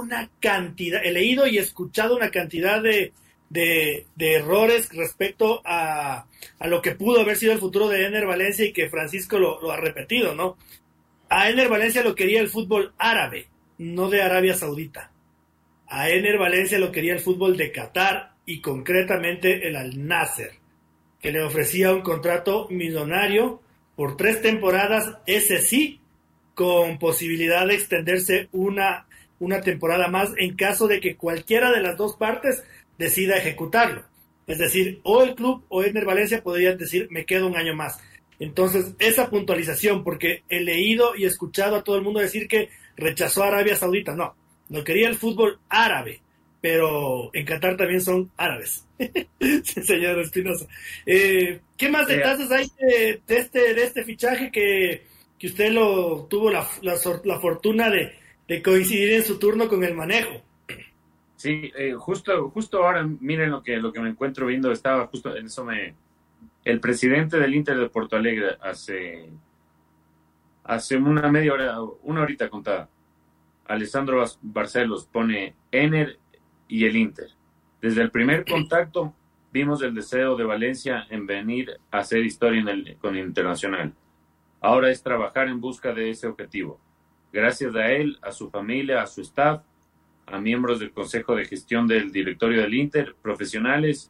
y escuchado una cantidad de errores respecto a lo que pudo haber sido el futuro de Ener Valencia y que Francisco lo ha repetido, ¿no? A Ener Valencia lo quería el fútbol árabe, no de Arabia Saudita. A Ener Valencia lo quería el fútbol de Qatar y concretamente el Al Nasser, que le ofrecía un contrato millonario por 3 temporadas, ese sí, con posibilidad de extenderse una temporada más en caso de que cualquiera de las dos partes decida ejecutarlo. Es decir, o el club o Ener Valencia podrían decir, me quedo un año más. Entonces, esa puntualización, porque he leído y escuchado a todo el mundo decir que rechazó a Arabia Saudita. No, quería el fútbol árabe, pero en Qatar también son árabes. Sí, señor Espinosa. ¿Qué más detalles hay de este fichaje que usted tuvo la fortuna de coincidir en su turno con el manejo? Sí, justo ahora, miren lo que me encuentro viendo, estaba justo en eso el presidente del Inter de Porto Alegre hace una media hora, una horita contada, Alessandro Barcelos pone Ener y el Inter. Desde el primer contacto vimos el deseo de Valencia en venir a hacer historia con el Internacional. Ahora es trabajar en busca de ese objetivo. Gracias a él, a su familia, a su staff, a miembros del Consejo de Gestión del Directorio del Inter, profesionales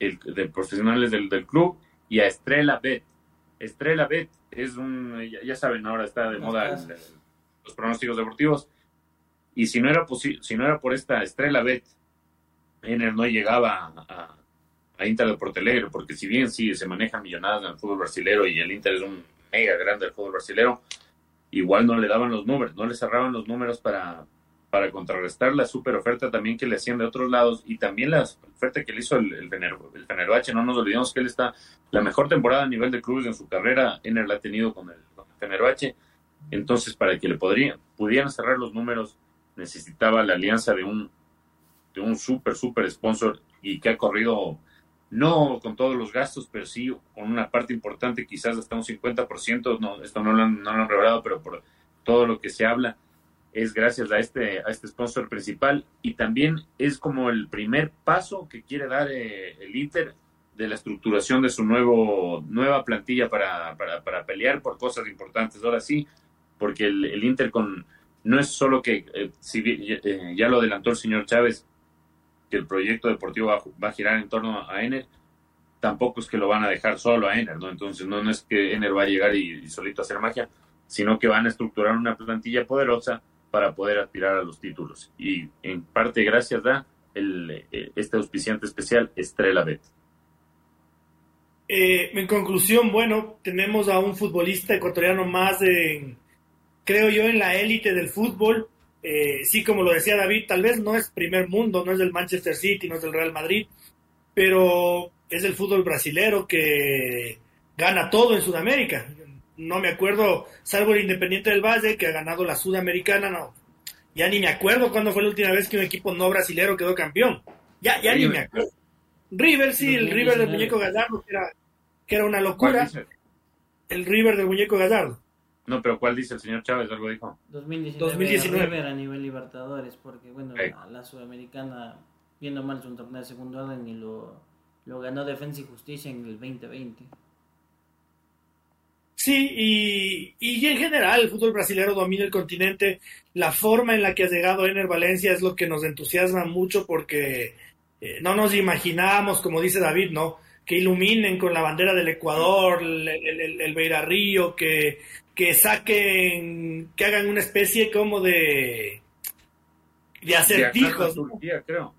del club, y a Estrella Bet. Estrella Bet es ya saben, ahora está de moda los pronósticos deportivos, y si no era por esta Estrella Bet, Ener no llegaba a Inter de Porto Alegre, porque si bien sí se manejan millonadas en el fútbol brasilero y el Inter es un mega grande del fútbol brasilero, igual no le daban los números, no le cerraban los números para contrarrestar la super oferta también que le hacían de otros lados, y también la oferta que le hizo el Fenerbahce. No nos olvidemos que él está la mejor temporada a nivel de clubes en su carrera, Ener la ha tenido con el Fenerbahce. Entonces, para que le pudieran cerrar los números, necesitaba la alianza de un super sponsor, y que ha corrido no con todos los gastos, pero sí con una parte importante, quizás hasta un 50%, esto no lo han revelado, pero por todo lo que se habla, es gracias a este sponsor principal, y también es como el primer paso que quiere dar el Inter de la estructuración de su nueva plantilla para pelear por cosas importantes. Ahora sí, porque el Inter no es solo que, ya lo adelantó el señor Chávez, que el proyecto deportivo va a girar en torno a Ener, tampoco es que lo van a dejar solo a Ener, ¿no? Entonces no es que Ener va a llegar y solito hacer magia, sino que van a estructurar una plantilla poderosa para poder aspirar a los títulos. Y en parte gracias a este auspiciante especial, Estrella Bet. En conclusión, bueno, tenemos a un futbolista ecuatoriano más, creo yo, en la élite del fútbol. Sí, como lo decía David, tal vez no es primer mundo, no es del Manchester City, no es del Real Madrid, pero es el fútbol brasilero que gana todo en Sudamérica. No me acuerdo, salvo el Independiente del Valle, que ha ganado la Sudamericana, no. Ya ni me acuerdo cuándo fue la última vez que un equipo no brasilero quedó campeón. Ya ni me acuerdo. River, sí, el River del muñeco Gallardo, que era una locura. El River del muñeco Gallardo. No, pero ¿cuál dice el señor Chávez? ¿Algo dijo? 2019. River a nivel Libertadores, porque bueno, la Sudamericana, viendo mal, es un torneo de segundo orden y lo ganó Defensa y Justicia en el 2020. Sí, y en general el fútbol brasileño domina el continente. La forma en la que ha llegado Ener Valencia es lo que nos entusiasma mucho porque no nos imaginábamos, como dice David, ¿no? Que iluminen con la bandera del Ecuador, el Beira Río, que saquen, que hagan una especie como de acertijos. Turquía, creo.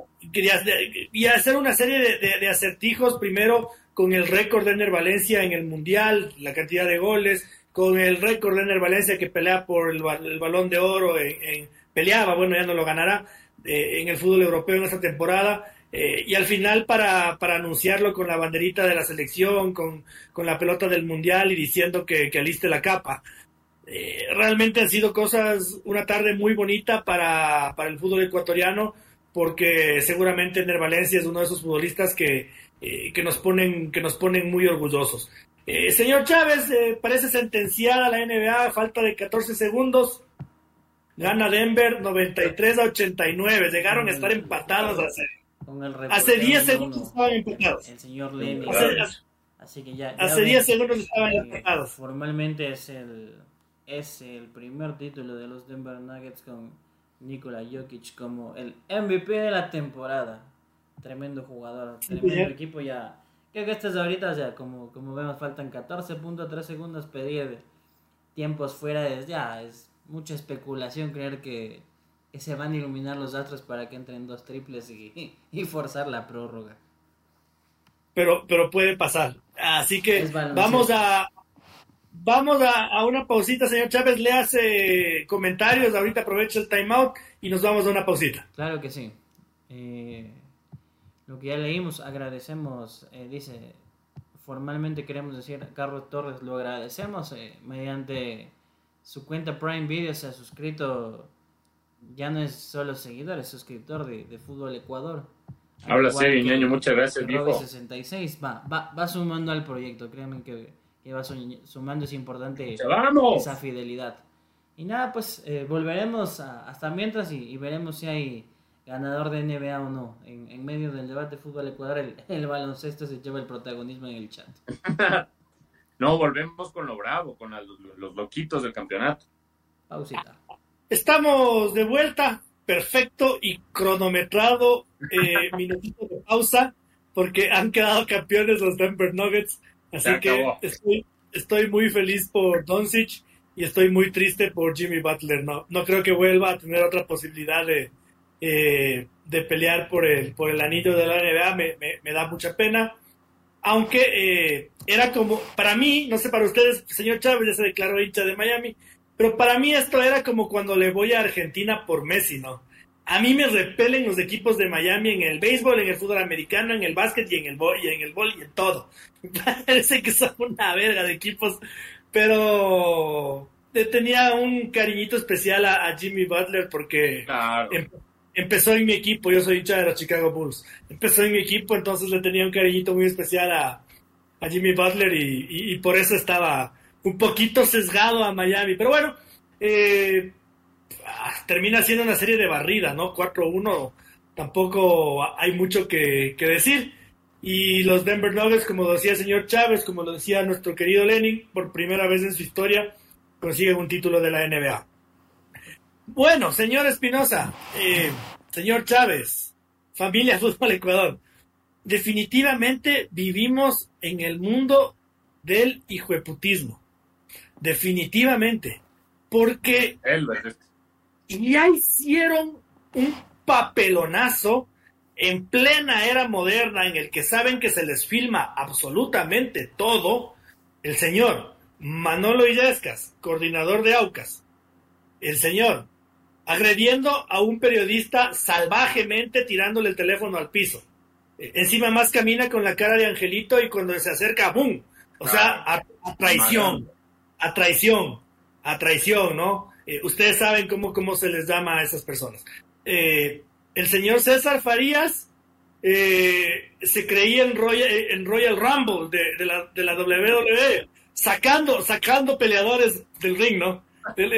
Y hacer una serie de acertijos, primero con el récord de Ener Valencia en el Mundial, la cantidad de goles, con el récord de Ener Valencia que pelea por el Balón de Oro, peleaba, bueno, ya no lo ganará, en el fútbol europeo en esta temporada, y al final para anunciarlo con la banderita de la selección, con la pelota del Mundial y diciendo que aliste la capa. Realmente han sido una tarde muy bonita para el fútbol ecuatoriano, porque seguramente Ener Valencia es uno de esos futbolistas que nos ponen muy orgullosos. Señor Chávez, parece sentenciada la NBA, falta de 14 segundos, gana Denver 93-89, llegaron a estar empatados hace 10 segundos estaban empatados. El señor Lenny, así que ya hace 10 segundos estaban empatados. Formalmente es el primer título de los Denver Nuggets con Nikola Jokic como el MVP de la temporada. Tremendo jugador, tremendo equipo ya. Creo que estas ahorita, ya como vemos, faltan 14.3 segundos, pedir tiempos fuera es mucha especulación creer que se van a iluminar los astros para que entren 2 triples y forzar la prórroga. Pero puede pasar. Así que vamos a una pausita, señor Chávez. Le hace comentarios. Ahorita aprovecho el timeout y nos vamos a una pausita. Claro que sí. Lo que ya leímos, agradecemos, dice, formalmente queremos decir, Carlos Torres, lo agradecemos, mediante su cuenta Prime Video se ha suscrito, ya no es solo seguidor, es suscriptor de Fútbol Ecuador. Habla serio, ñaño, muchas gracias, viejo. 66 va sumando al proyecto, créanme que va sumando, es importante esa fidelidad. Y nada, pues volveremos hasta mientras y veremos si hay ganador de NBA o no. En medio del debate de Fútbol Ecuador, el baloncesto se lleva el protagonismo en el chat. No, volvemos con lo bravo, con los loquitos del campeonato. Pausita. Estamos de vuelta, perfecto y cronometrado, minutito de pausa, porque han quedado campeones los Denver Nuggets, así que estoy muy feliz por Doncic y estoy muy triste por Jimmy Butler. No creo que vuelva a tener otra posibilidad de pelear por el anillo de la NBA. Me da mucha pena, aunque era como, para mí, no sé para ustedes, señor Chávez ya se declaró hincha de Miami, pero para mí esto era como cuando le voy a Argentina por Messi, ¿no? A mí me repelen los equipos de Miami en el béisbol, en el fútbol americano, en el básquet y en el vóley y en todo. Me parece que son una verga de equipos, pero tenía un cariñito especial a Jimmy Butler porque claro. Empezó en mi equipo, yo soy hincha de los Chicago Bulls, empezó en mi equipo, entonces le tenía un cariñito muy especial a Jimmy Butler y por eso estaba un poquito sesgado a Miami, pero bueno, termina siendo una serie de barrida, ¿no? 4-1, tampoco hay mucho que decir, y los Denver Nuggets, como decía el señor Chávez, como lo decía nuestro querido Lenin, por primera vez en su historia consiguen un título de la NBA. Bueno, señor Espinosa, señor Chávez, familia Fútbol Ecuador, definitivamente vivimos en el mundo del hijueputismo, definitivamente, porque ya hicieron un papelonazo en plena era moderna en el que saben que se les filma absolutamente todo. El señor Manolo Illescas, coordinador de Aucas, el señor agrediendo a un periodista salvajemente, tirándole el teléfono al piso. Encima más camina con la cara de angelito y cuando se acerca, ¡bum!, O sea, a traición, ¿no? Ustedes saben cómo se les llama a esas personas. El señor César Farías se creía en Royal Rumble de la WWE, sacando peleadores del ring, ¿no? Él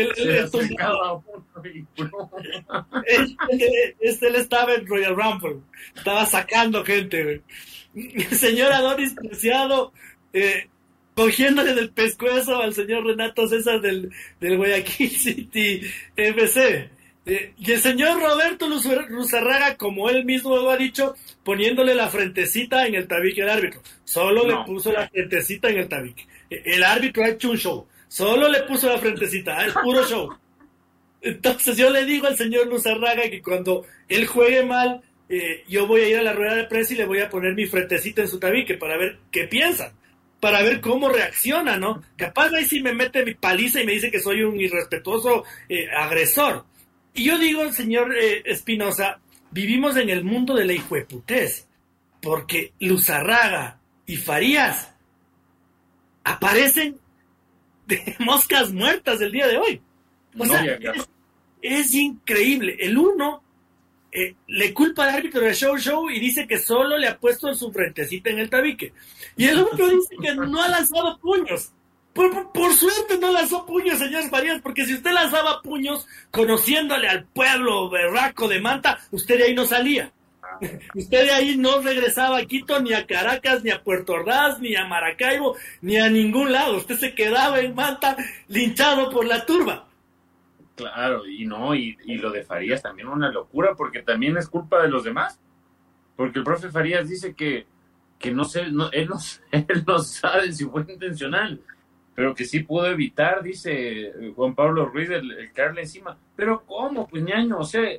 estaba en Royal Rumble, estaba sacando gente. El señor Adonis Preciado cogiéndole del pescuezo al señor Renato César del Guayaquil City FC. Y el señor Roberto Luzarraga, como él mismo lo ha dicho, poniéndole la frentecita en el tabique al árbitro. Solo le puso la frentecita en el tabique. El árbitro ha hecho un show. Solo le puso la frentecita, es puro show. Entonces yo le digo al señor Luzarraga que cuando él juegue mal, yo voy a ir a la rueda de prensa y le voy a poner mi frentecita en su tabique para ver qué piensa, para ver cómo reacciona, ¿no? Capaz ahí sí me mete mi paliza y me dice que soy un irrespetuoso agresor. Y yo digo, señor Espinosa, vivimos en el mundo de la hijueputez, porque Luzarraga y Farías aparecen de moscas muertas el día de hoy. O sea, es increíble. El uno le culpa al árbitro de show y dice que solo le ha puesto su frentecita en el tabique. Y el otro dice que no ha lanzado puños. Por suerte no lanzó puños, señor Farías, porque si usted lanzaba puños, conociéndole al pueblo berraco de Manta, usted de ahí no salía. Usted de ahí no regresaba a Quito, ni a Caracas, ni a Puerto Ordaz, ni a Maracaibo, ni a ningún lado. Usted se quedaba en Manta linchado por la turba. Claro, y lo de Farías también una locura, porque también es culpa de los demás. Porque el profe Farías dice que no sé, él no sabe si fue intencional, pero que sí pudo evitar, dice Juan Pablo Ruiz, el caerle encima. Pero ¿cómo? Pues ñaño, o sea,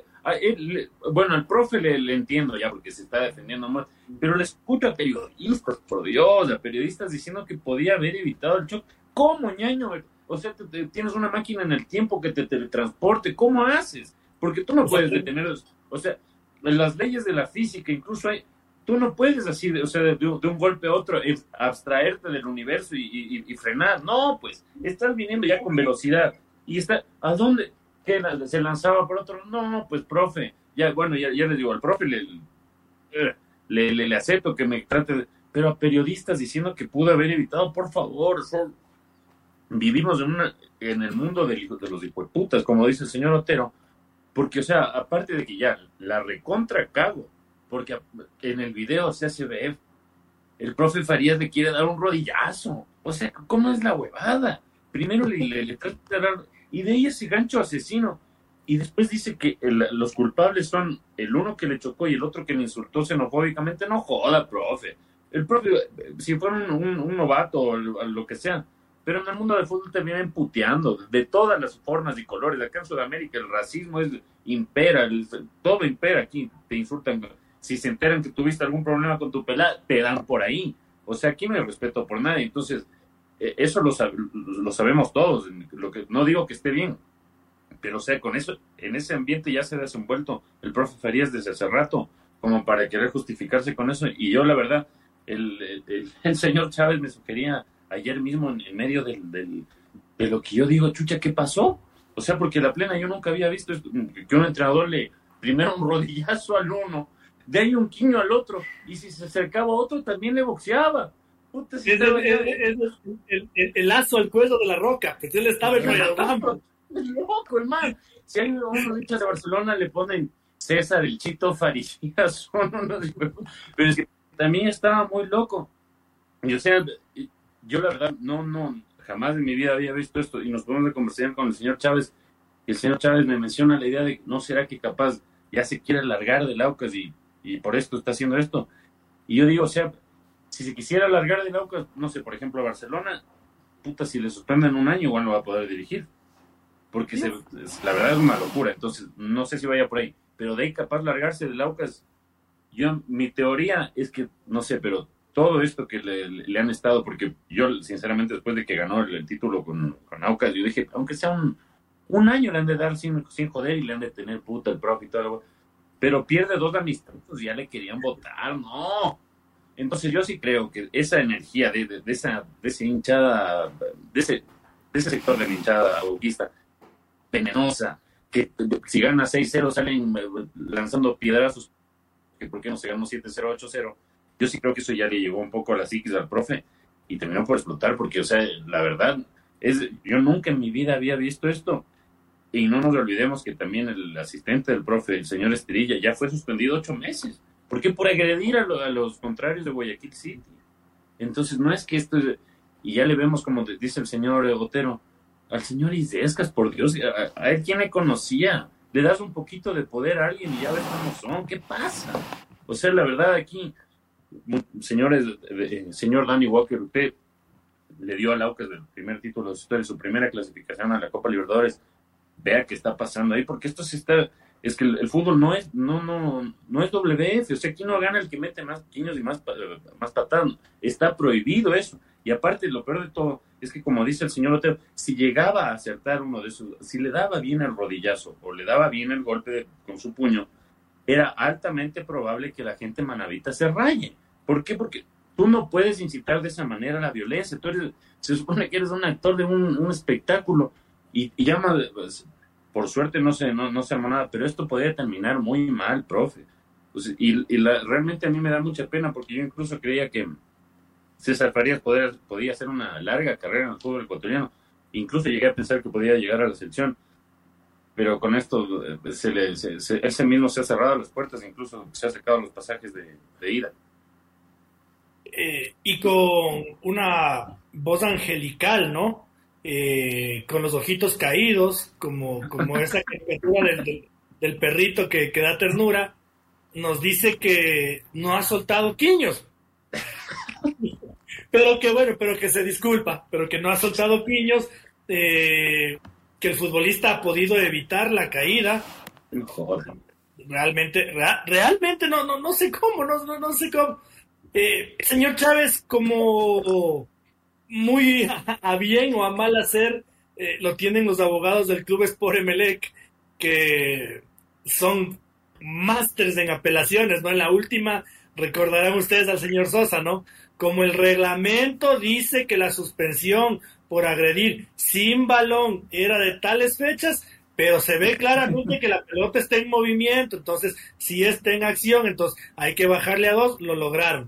al profe le entiendo ya porque se está defendiendo más, pero le escucho a periodistas, por Dios, a periodistas diciendo que podía haber evitado el choque. ¿Cómo, ñaño? O sea, tienes una máquina en el tiempo que te teletransporte, ¿cómo haces? Porque tú no puedes detener, o sea, en las leyes de la física incluso tú no puedes así, o sea, de un golpe a otro, abstraerte del universo y frenar. No, pues, estás viniendo ya con velocidad. Y ¿a dónde? ¿Qué? ¿Se lanzaba por otro? No, pues, profe. Ya les digo, al profe le acepto que me trate de... Pero a periodistas diciendo que pudo haber evitado, por favor. O sea, vivimos en el mundo de los hijueputas, como dice el señor Otero. Porque, o sea, aparte de que ya la recontra cago, porque en el video se hace ver, el profe Farías le quiere dar un rodillazo. O sea, ¿cómo es la huevada? Primero le trata de dar, y de ahí ese gancho asesino. Y después dice que los culpables son el uno que le chocó y el otro que le insultó xenofóbicamente. No joda, profe. El profe, si fuera un novato o lo que sea, pero en el mundo del fútbol te vienen puteando de todas las formas y colores. Acá en Sudamérica el racismo impera, todo impera aquí, te insultan. Si se enteran que tuviste algún problema con tu pelada, te dan por ahí. O sea, aquí no hay respeto por nadie. Entonces, eso lo sabemos todos. No digo que esté bien, pero o sea, con eso, en ese ambiente ya se ha desenvuelto el profe Farías desde hace rato, como para querer justificarse con eso. Y yo, la verdad, el señor Chávez me sugería ayer mismo en medio de lo que yo digo, chucha, ¿qué pasó? O sea, porque la plena yo nunca había visto que un entrenador primero un rodillazo al uno, de ahí un quiño al otro, y si se acercaba a otro también le boxeaba. Puta, si el lazo al cuello de la Roca, pues él estaba enrollando. Es loco, hermano. Si hay unos hinchas de Barcelona le ponen César, el Chito Farías, pero es que también estaba muy loco. Y o sea, yo la verdad no jamás en mi vida había visto esto, y nos ponemos de conversación con el señor Chávez, y el señor Chávez me menciona la idea de, ¿no será que capaz ya se quiere largar del Aucas y por esto está haciendo esto? Y yo digo, o sea, si se quisiera largar del Aucas, no sé, por ejemplo, a Barcelona, puta, si le suspenden un año, igual no va a poder dirigir, porque la verdad es una locura. Entonces, no sé si vaya por ahí, pero de ahí capaz largarse del Aucas, mi teoría es que, no sé, pero todo esto que le han estado, porque yo, sinceramente, después de que ganó el título con Aucas, yo dije, aunque sea un año le han de dar sin joder y le han de tener puta el profe y todo, pero pierde 2 amistosos, ya le querían votar, no. Entonces yo sí creo que esa energía de esa hinchada, de ese sector de la hinchada auquista, venenosa, que si gana 6-0 salen lanzando piedrazos, que por qué no se ganó 7-0, 8-0, yo sí creo que eso ya le llegó un poco a la psiquis al profe y terminó por explotar, porque, o sea, la verdad, yo nunca en mi vida había visto esto. Y no nos olvidemos que también el asistente del profe, el señor Esterilla, ya fue suspendido 8 meses. ¿Por qué? Por agredir a los contrarios de Guayaquil City. Entonces, no es que esto... Y ya le vemos, como dice el señor Otero, al señor Illescas, por Dios, a él quien le conocía. Le das un poquito de poder a alguien y ya ves cómo son. ¿Qué pasa? O sea, la verdad aquí, señores, señor Danny Walker, usted le dio al Aucas el primer título de su historia, su primera clasificación a la Copa Libertadores. Vea qué está pasando ahí, porque esto sí está, es que el fútbol no es WF, o sea, aquí no gana el que mete más quiños y más patadas, está prohibido eso, y aparte lo peor de todo, es que como dice el señor Otero, si llegaba a acertar uno de esos, si le daba bien el rodillazo, o le daba bien el golpe con su puño, era altamente probable que la gente manavita se raye. ¿Por qué? Porque tú no puedes incitar de esa manera a la violencia, se supone que eres un actor de un espectáculo, y llama, pues, por suerte no se armó nada, pero esto podría terminar muy mal, profe. Pues, realmente a mí me da mucha pena, porque yo incluso creía que César Farías podía hacer una larga carrera en el fútbol ecuatoriano. Incluso llegué a pensar que podía llegar a la selección, pero con esto ese mismo se ha cerrado las puertas, incluso se ha sacado los pasajes de ida. Y con una voz angelical, ¿no? Con los ojitos caídos, como esa caricatura del perrito que da ternura, nos dice que no ha soltado quiños. Pero que se disculpa, pero que no ha soltado quiños, que el futbolista ha podido evitar la caída. Joder. Realmente no sé cómo, no sé cómo. Señor Chávez, como muy a bien o a mal hacer, lo tienen los abogados del Club Sport Emelec, que son másters en apelaciones, ¿no? En la última, recordarán ustedes al señor Sosa, ¿no? Como el reglamento dice que la suspensión por agredir sin balón era de tales fechas, pero se ve claramente que la pelota está en movimiento, entonces si está en acción, entonces hay que bajarle a 2, lo lograron.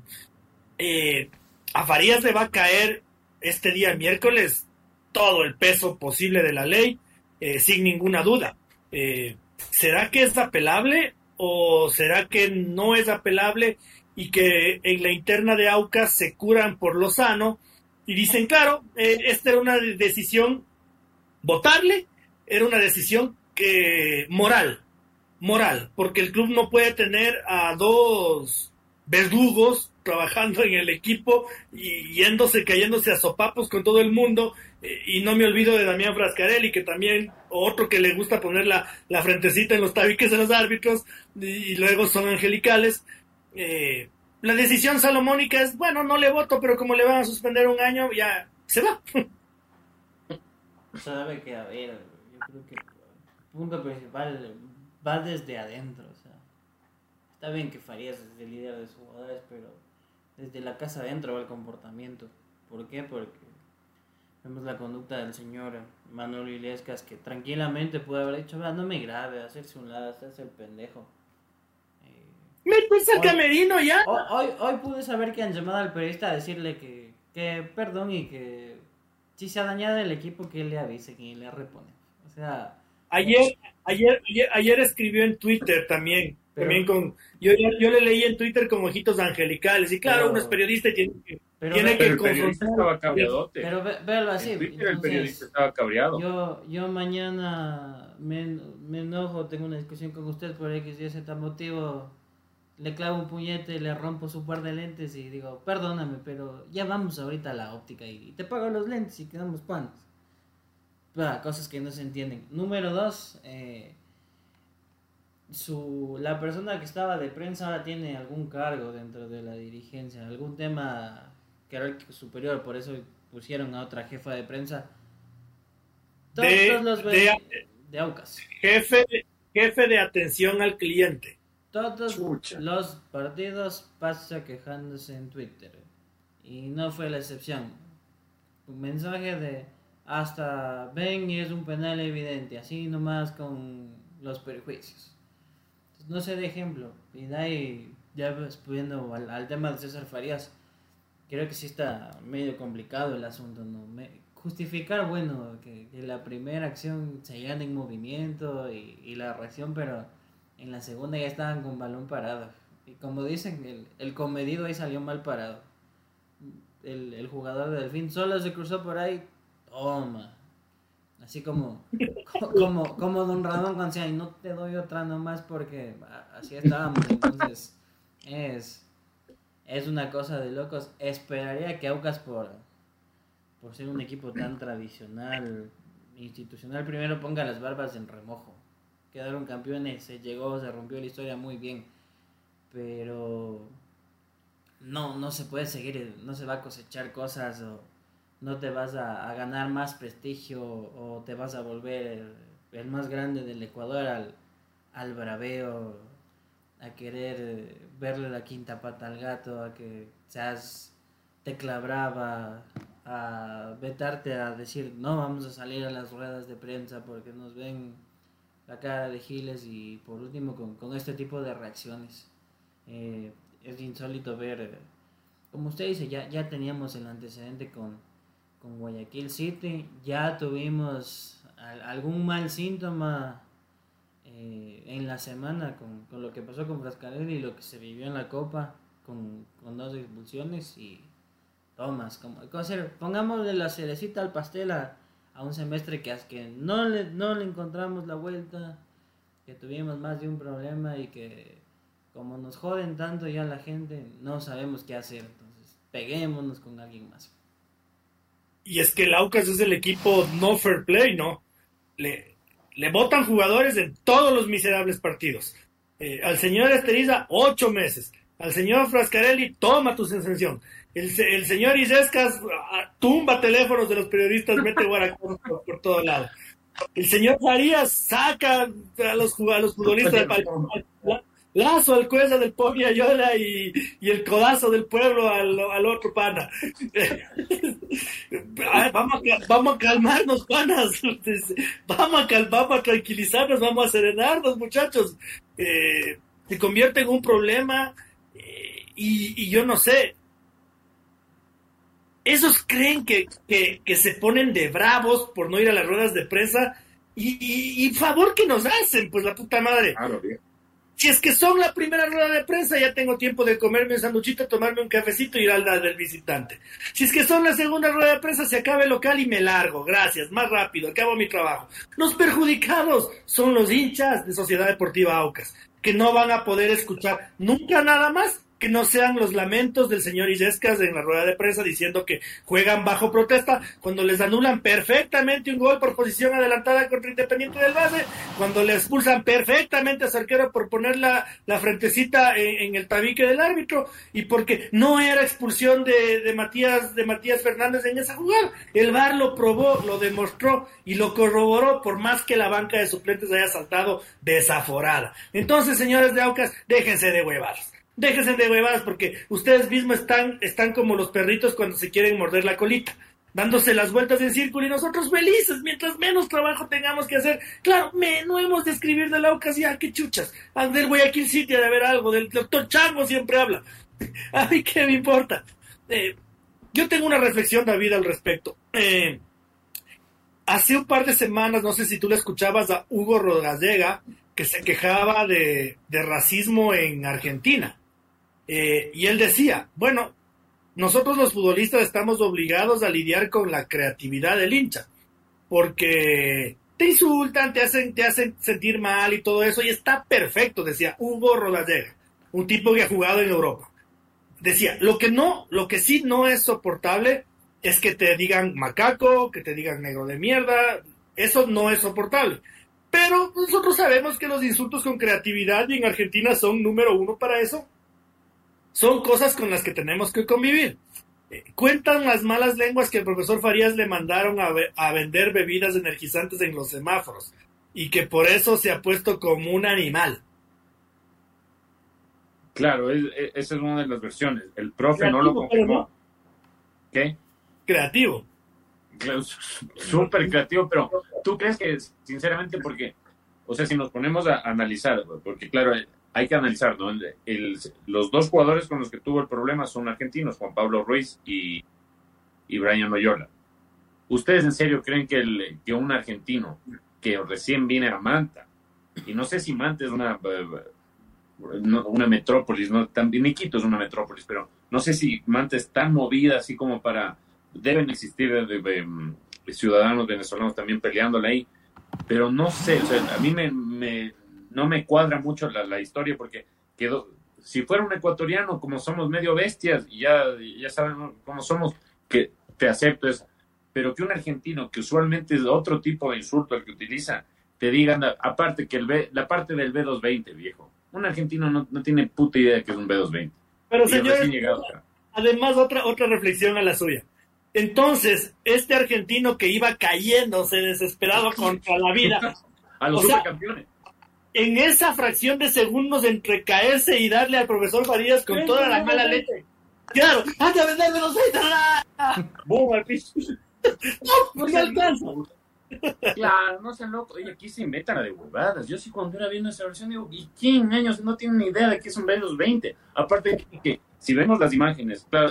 A Farías le va a caer este día miércoles todo el peso posible de la ley, sin ninguna duda. ¿Será que es apelable o será que no es apelable y que en la interna de Aucas se curan por lo sano y dicen, claro, esta era una decisión, votarle era una decisión moral, porque el club no puede tener a 2 verdugos trabajando en el equipo y cayéndose a sopapos con todo el mundo, y no me olvido de Damián Frascarelli, que también, otro que le gusta poner la frentecita en los tabiques de los árbitros, y luego son angelicales. La decisión salomónica es, bueno, no le voto, pero como le van a suspender 1 año, ya se va. Sabe que, a ver, yo creo que el punto principal va desde adentro, o sea, está bien que Farías es el líder de los jugadores, pero desde la casa adentro va el comportamiento. ¿Por qué? Porque vemos la conducta del señor Manuel Illescas, que tranquilamente puede haber dicho, no me grabe, hacerse un lado, hacerse el pendejo. ¡Métese al camerino ya! Hoy pude saber que han llamado al periodista a decirle que perdón y que si se ha dañado el equipo que él le avise, que le repone. O sea... Ayer escribió en Twitter también yo le leí en Twitter con ojitos angelicales, y claro, uno es periodista y tiene que el periodista estaba cabreadote. Pero véalo así. En Twitter el periodista estaba cabreado. Yo mañana me enojo, tengo una discusión con usted por X y Z motivo, le clavo un puñete, le rompo su par de lentes y digo, perdóname, pero ya vamos ahorita a la óptica y te pago los lentes y quedamos panos. Cosas que no se entienden. Número 2, la persona que estaba de prensa ahora tiene algún cargo dentro de la dirigencia, algún tema que era superior, por eso pusieron a otra jefa de prensa. Todos los de Aucas. Jefe de atención al cliente. todos Chucha. los partidos pasa quejándose en Twitter. Y no fue la excepción. Un mensaje de hasta ven y es un penal evidente, así nomás con los perjuicios. Entonces, no sé de ejemplo. Y de ahí, ya viendo al tema de César Farías, creo que sí está medio complicado el asunto, ¿no? Justificar, bueno, que la primera acción se gana en movimiento y la reacción, pero en la segunda ya estaban con balón parado. Y como dicen, el comedido ahí salió mal parado. El jugador de Delfín solo se cruzó por ahí, toma. Así como Don Ramón cuando decía, no te doy otra nomás porque así estábamos. Entonces, es una cosa de locos. Esperaría que Aucas por ser un equipo tan tradicional, institucional, primero ponga las barbas en remojo. Quedaron campeones, se rompió la historia muy bien. Pero no se puede seguir, no se va a cosechar cosas, o no te vas a ganar más prestigio, o te vas a volver el más grande del Ecuador al braveo, a querer verle la quinta pata al gato, a que seas tecla brava, a vetarte a decir no vamos a salir a las ruedas de prensa porque nos ven la cara de giles, y por último con este tipo de reacciones. Es insólito ver, como usted dice, ya teníamos el antecedente con Guayaquil City, ya tuvimos algún mal síntoma en la semana con lo que pasó con Frascarelli y lo que se vivió en la Copa con 2 expulsiones, y tomas, pongámosle la cerecita al pastel a un semestre que no le encontramos la vuelta, que tuvimos más de un problema y que como nos joden tanto ya la gente, no sabemos qué hacer. Entonces peguémonos con alguien más. Y es que el Aucas es el equipo no fair play, ¿no? Le botan jugadores en todos los miserables partidos. Al señor Esteriza, 8 meses. Al señor Frascarelli, toma tu sanción. El señor Illescas tumba teléfonos de los periodistas, mete guaracones por todo lado. El señor Farías saca a los futbolistas del lazo al cuello del pobre Ayola y el codazo del pueblo al otro pana. Vamos a calmarnos, panas. Vamos a tranquilizarnos, vamos a serenarnos, muchachos. Se convierte en un problema y yo no sé. Esos creen que se ponen de bravos por no ir a las ruedas de prensa y favor que nos hacen, pues la puta madre. Claro, bien. Si es que son la primera rueda de prensa, ya tengo tiempo de comerme un sanduchito, tomarme un cafecito y ir al del visitante. Si es que son la segunda rueda de prensa, se acaba el local y me largo. Gracias, más rápido, acabo mi trabajo. Los perjudicados son los hinchas de Sociedad Deportiva Aucas, que no van a poder escuchar nunca nada más que no sean los lamentos del señor Illescas en la rueda de prensa diciendo que juegan bajo protesta cuando les anulan perfectamente un gol por posición adelantada contra Independiente del Valle, cuando le expulsan perfectamente a su arquero por poner la frentecita en el tabique del árbitro, y porque no era expulsión de Matías Fernández en esa jugada. El VAR lo probó, lo demostró y lo corroboró, por más que la banca de suplentes haya saltado desaforada. Entonces, señores de Aucas, déjense de huevadas. Déjense de huevadas, porque ustedes mismos están como los perritos cuando se quieren morder la colita, dándose las vueltas en círculo, y nosotros felices mientras menos trabajo tengamos que hacer. Claro, no hemos de escribir del Aucas ya, qué chuchas. Del Guayaquil City de haber algo, del doctor Chango siempre habla. A mí qué me importa. Yo tengo una reflexión, David, al respecto. Hace un par de semanas, no sé si tú le escuchabas a Hugo Rodallega, que se quejaba de racismo en Argentina. Y él decía, bueno, nosotros los futbolistas estamos obligados a lidiar con la creatividad del hincha, porque te insultan, te hacen sentir mal y todo eso, y está perfecto, decía Hugo Rodallega, un tipo que ha jugado en Europa. Decía, lo que sí no es soportable es que te digan macaco, que te digan negro de mierda. Eso no es soportable. Pero nosotros sabemos que los insultos con creatividad, y en Argentina son número 1 para eso, son cosas con las que tenemos que convivir. Cuentan las malas lenguas que el profesor Farías le mandaron a vender bebidas energizantes en los semáforos, y que por eso se ha puesto como un animal. Claro, esa es una de las versiones. El profe no lo Creativo, pero confirmó. no. ¿Qué? Creativo. Claro, súper creativo, pero ¿tú crees que, sinceramente, porque, o sea, si nos ponemos a analizar, porque claro, hay que analizar, ¿no? Los dos jugadores con los que tuvo el problema son argentinos, Juan Pablo Ruiz y Brian Oyola. ¿Ustedes en serio creen que un argentino que recién viene a Manta, y no sé si Manta es una metrópolis, ¿no? También Iquitos es una metrópolis, pero no sé si Manta es tan movida así como para... Deben existir ciudadanos venezolanos también peleándola ahí, pero no sé, o sea, a mí no me cuadra mucho la historia porque quedó, si fuera un ecuatoriano, como somos medio bestias, y ya saben cómo somos, que te acepto eso, pero que un argentino, que usualmente es otro tipo de insulto el que utiliza, te digan, aparte que la parte del B220, viejo, un argentino no tiene puta idea de que es un B220. Pero Y señores, recién llegado acá. además otra reflexión a la suya. Entonces, este argentino que iba cayéndose desesperado contra la vida, A los o sea, supercampeones. en esa fracción de segundos entre caerse y darle al profesor Farías con toda la mala leche. Claro, ¡anda a venderme los ¡Bum! Al piso. no me alcanza. Claro, no sean locos. Oye, aquí se inventan de huevadas. Yo sí cuando era viendo esa versión digo, ¿y quién años no tiene ni idea de que es un B220? Aparte de que si vemos las imágenes, claro,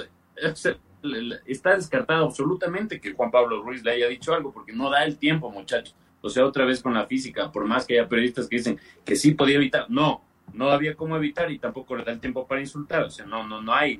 está descartado absolutamente que Juan Pablo Ruiz le haya dicho algo, porque no da el tiempo, muchachos. O sea, otra vez con la física, por más que haya periodistas que dicen que sí podía evitar, no había cómo evitar y tampoco le da el tiempo para insultar. O sea, no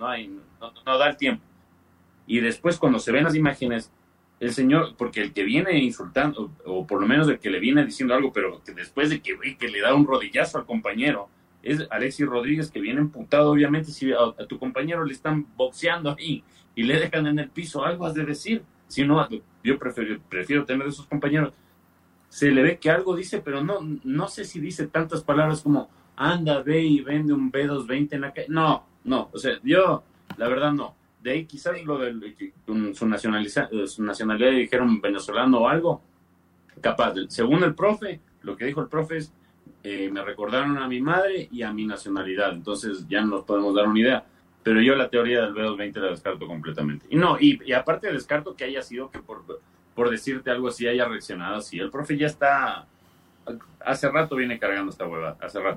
da el tiempo. Y después cuando se ven las imágenes, el señor, porque el que viene insultando, o por lo menos el que le viene diciendo algo, pero que después de que le da un rodillazo al compañero, es Alexis Rodríguez, que viene emputado, obviamente, si a tu compañero le están boxeando ahí y le dejan en el piso, algo has de decir. Si no, yo prefiero tener de esos compañeros. Se le ve que algo dice, pero no sé si dice tantas palabras como anda, ve y vende un B220 en la calle. No, o sea, yo, la verdad, no. De ahí quizás lo de su nacionalidad dijeron venezolano o algo, capaz. Según el profe, lo que dijo el profe es, me recordaron a mi madre y a mi nacionalidad, entonces ya nos podemos dar una idea. Pero yo la teoría del B220 la descarto completamente. Y aparte descarto que haya sido que por decirte algo así haya reaccionado así. El profe ya está, hace rato viene cargando esta hueva, hace rato.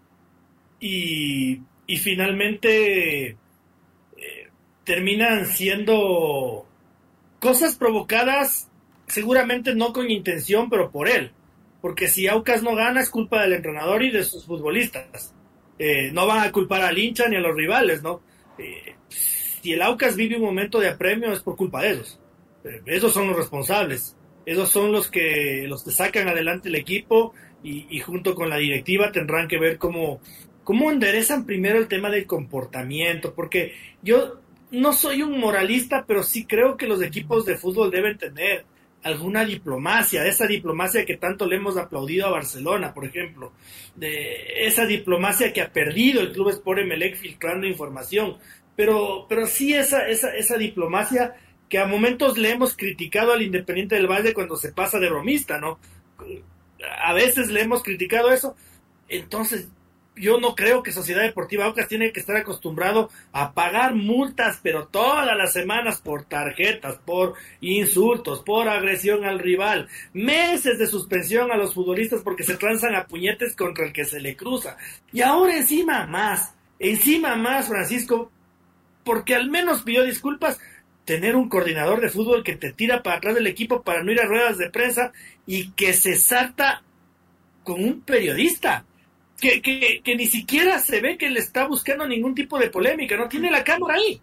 Y finalmente terminan siendo cosas provocadas, seguramente no con intención, pero por él. Porque si Aucas no gana es culpa del entrenador y de sus futbolistas. No van a culpar al hincha ni a los rivales, ¿no? Si el Aucas vive un momento de apremio es por culpa de ellos. Esos son los responsables. Esos son los que sacan adelante el equipo y junto con la directiva tendrán que ver cómo enderezan primero el tema del comportamiento. Porque yo no soy un moralista, pero sí creo que los equipos de fútbol deben tener alguna diplomacia, esa diplomacia que tanto le hemos aplaudido a Barcelona, por ejemplo, de esa diplomacia que ha perdido el Club Sport Emelec filtrando información, pero sí esa diplomacia que a momentos le hemos criticado al Independiente del Valle cuando se pasa de bromista, ¿no? A veces le hemos criticado eso, entonces yo no creo que Sociedad Deportiva Aucas tiene que estar acostumbrado a pagar multas, pero todas las semanas por tarjetas, por insultos, por agresión al rival, meses de suspensión a los futbolistas porque se tranzan a puñetes contra el que se le cruza. Y ahora encima más, Francisco, porque al menos pidió disculpas, tener un coordinador de fútbol que te tira para atrás del equipo para no ir a ruedas de prensa y que se salta con un periodista. Que ni siquiera se ve que le está buscando ningún tipo de polémica, ¿no? Tiene la cámara ahí.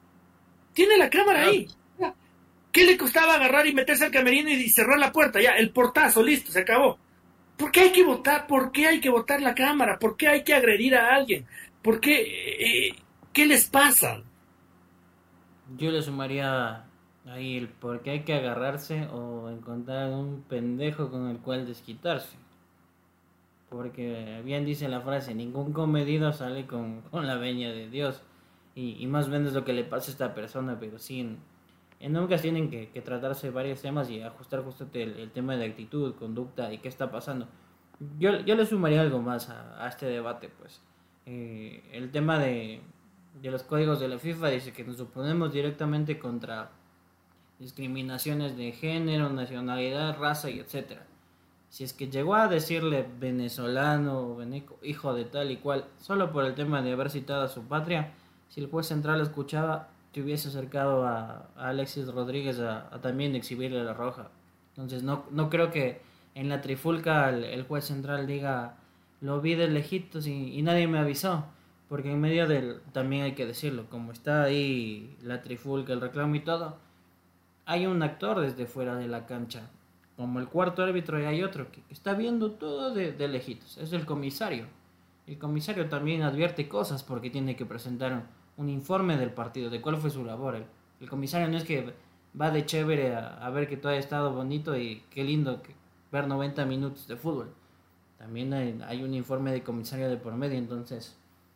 ¿Qué le costaba agarrar y meterse al camerino y cerrar la puerta? Ya, el portazo, listo, se acabó. ¿Por qué hay que votar? ¿Por qué hay que votar la cámara? ¿Por qué hay que agredir a alguien? ¿Por qué? ¿Qué les pasa? Yo le sumaría ahí el por qué hay que agarrarse o encontrar un pendejo con el cual desquitarse. Porque bien dice la frase, ningún comedido sale con la veña de Dios. Y más o menos lo que le pasa a esta persona, pero sí, en Aucas tienen que tratarse varios temas y ajustar justo el tema de actitud, conducta y qué está pasando. Yo le sumaría algo más a este debate, pues. el tema de los códigos de la FIFA dice que nos oponemos directamente contra discriminaciones de género, nacionalidad, raza y etcétera. Si es que llegó a decirle venezolano, veneco, hijo de tal y cual, solo por el tema de haber citado a su patria, si el juez central escuchaba, te hubiese acercado a Alexis Rodríguez a también exhibirle la roja. Entonces no creo que en la trifulca el juez central diga, lo vi de lejitos y nadie me avisó. Porque en medio del, también hay que decirlo, como está ahí la trifulca, el reclamo y todo, hay un actor desde fuera de la cancha, como el cuarto árbitro, y hay otro que está viendo todo de lejitos, es el comisario. El comisario también advierte cosas porque tiene que presentar un informe del partido, de cuál fue su labor. El comisario no es que va de chévere a ver que todo ha estado bonito y qué lindo ver 90 minutos de fútbol. También hay un informe de comisario de por medio, entonces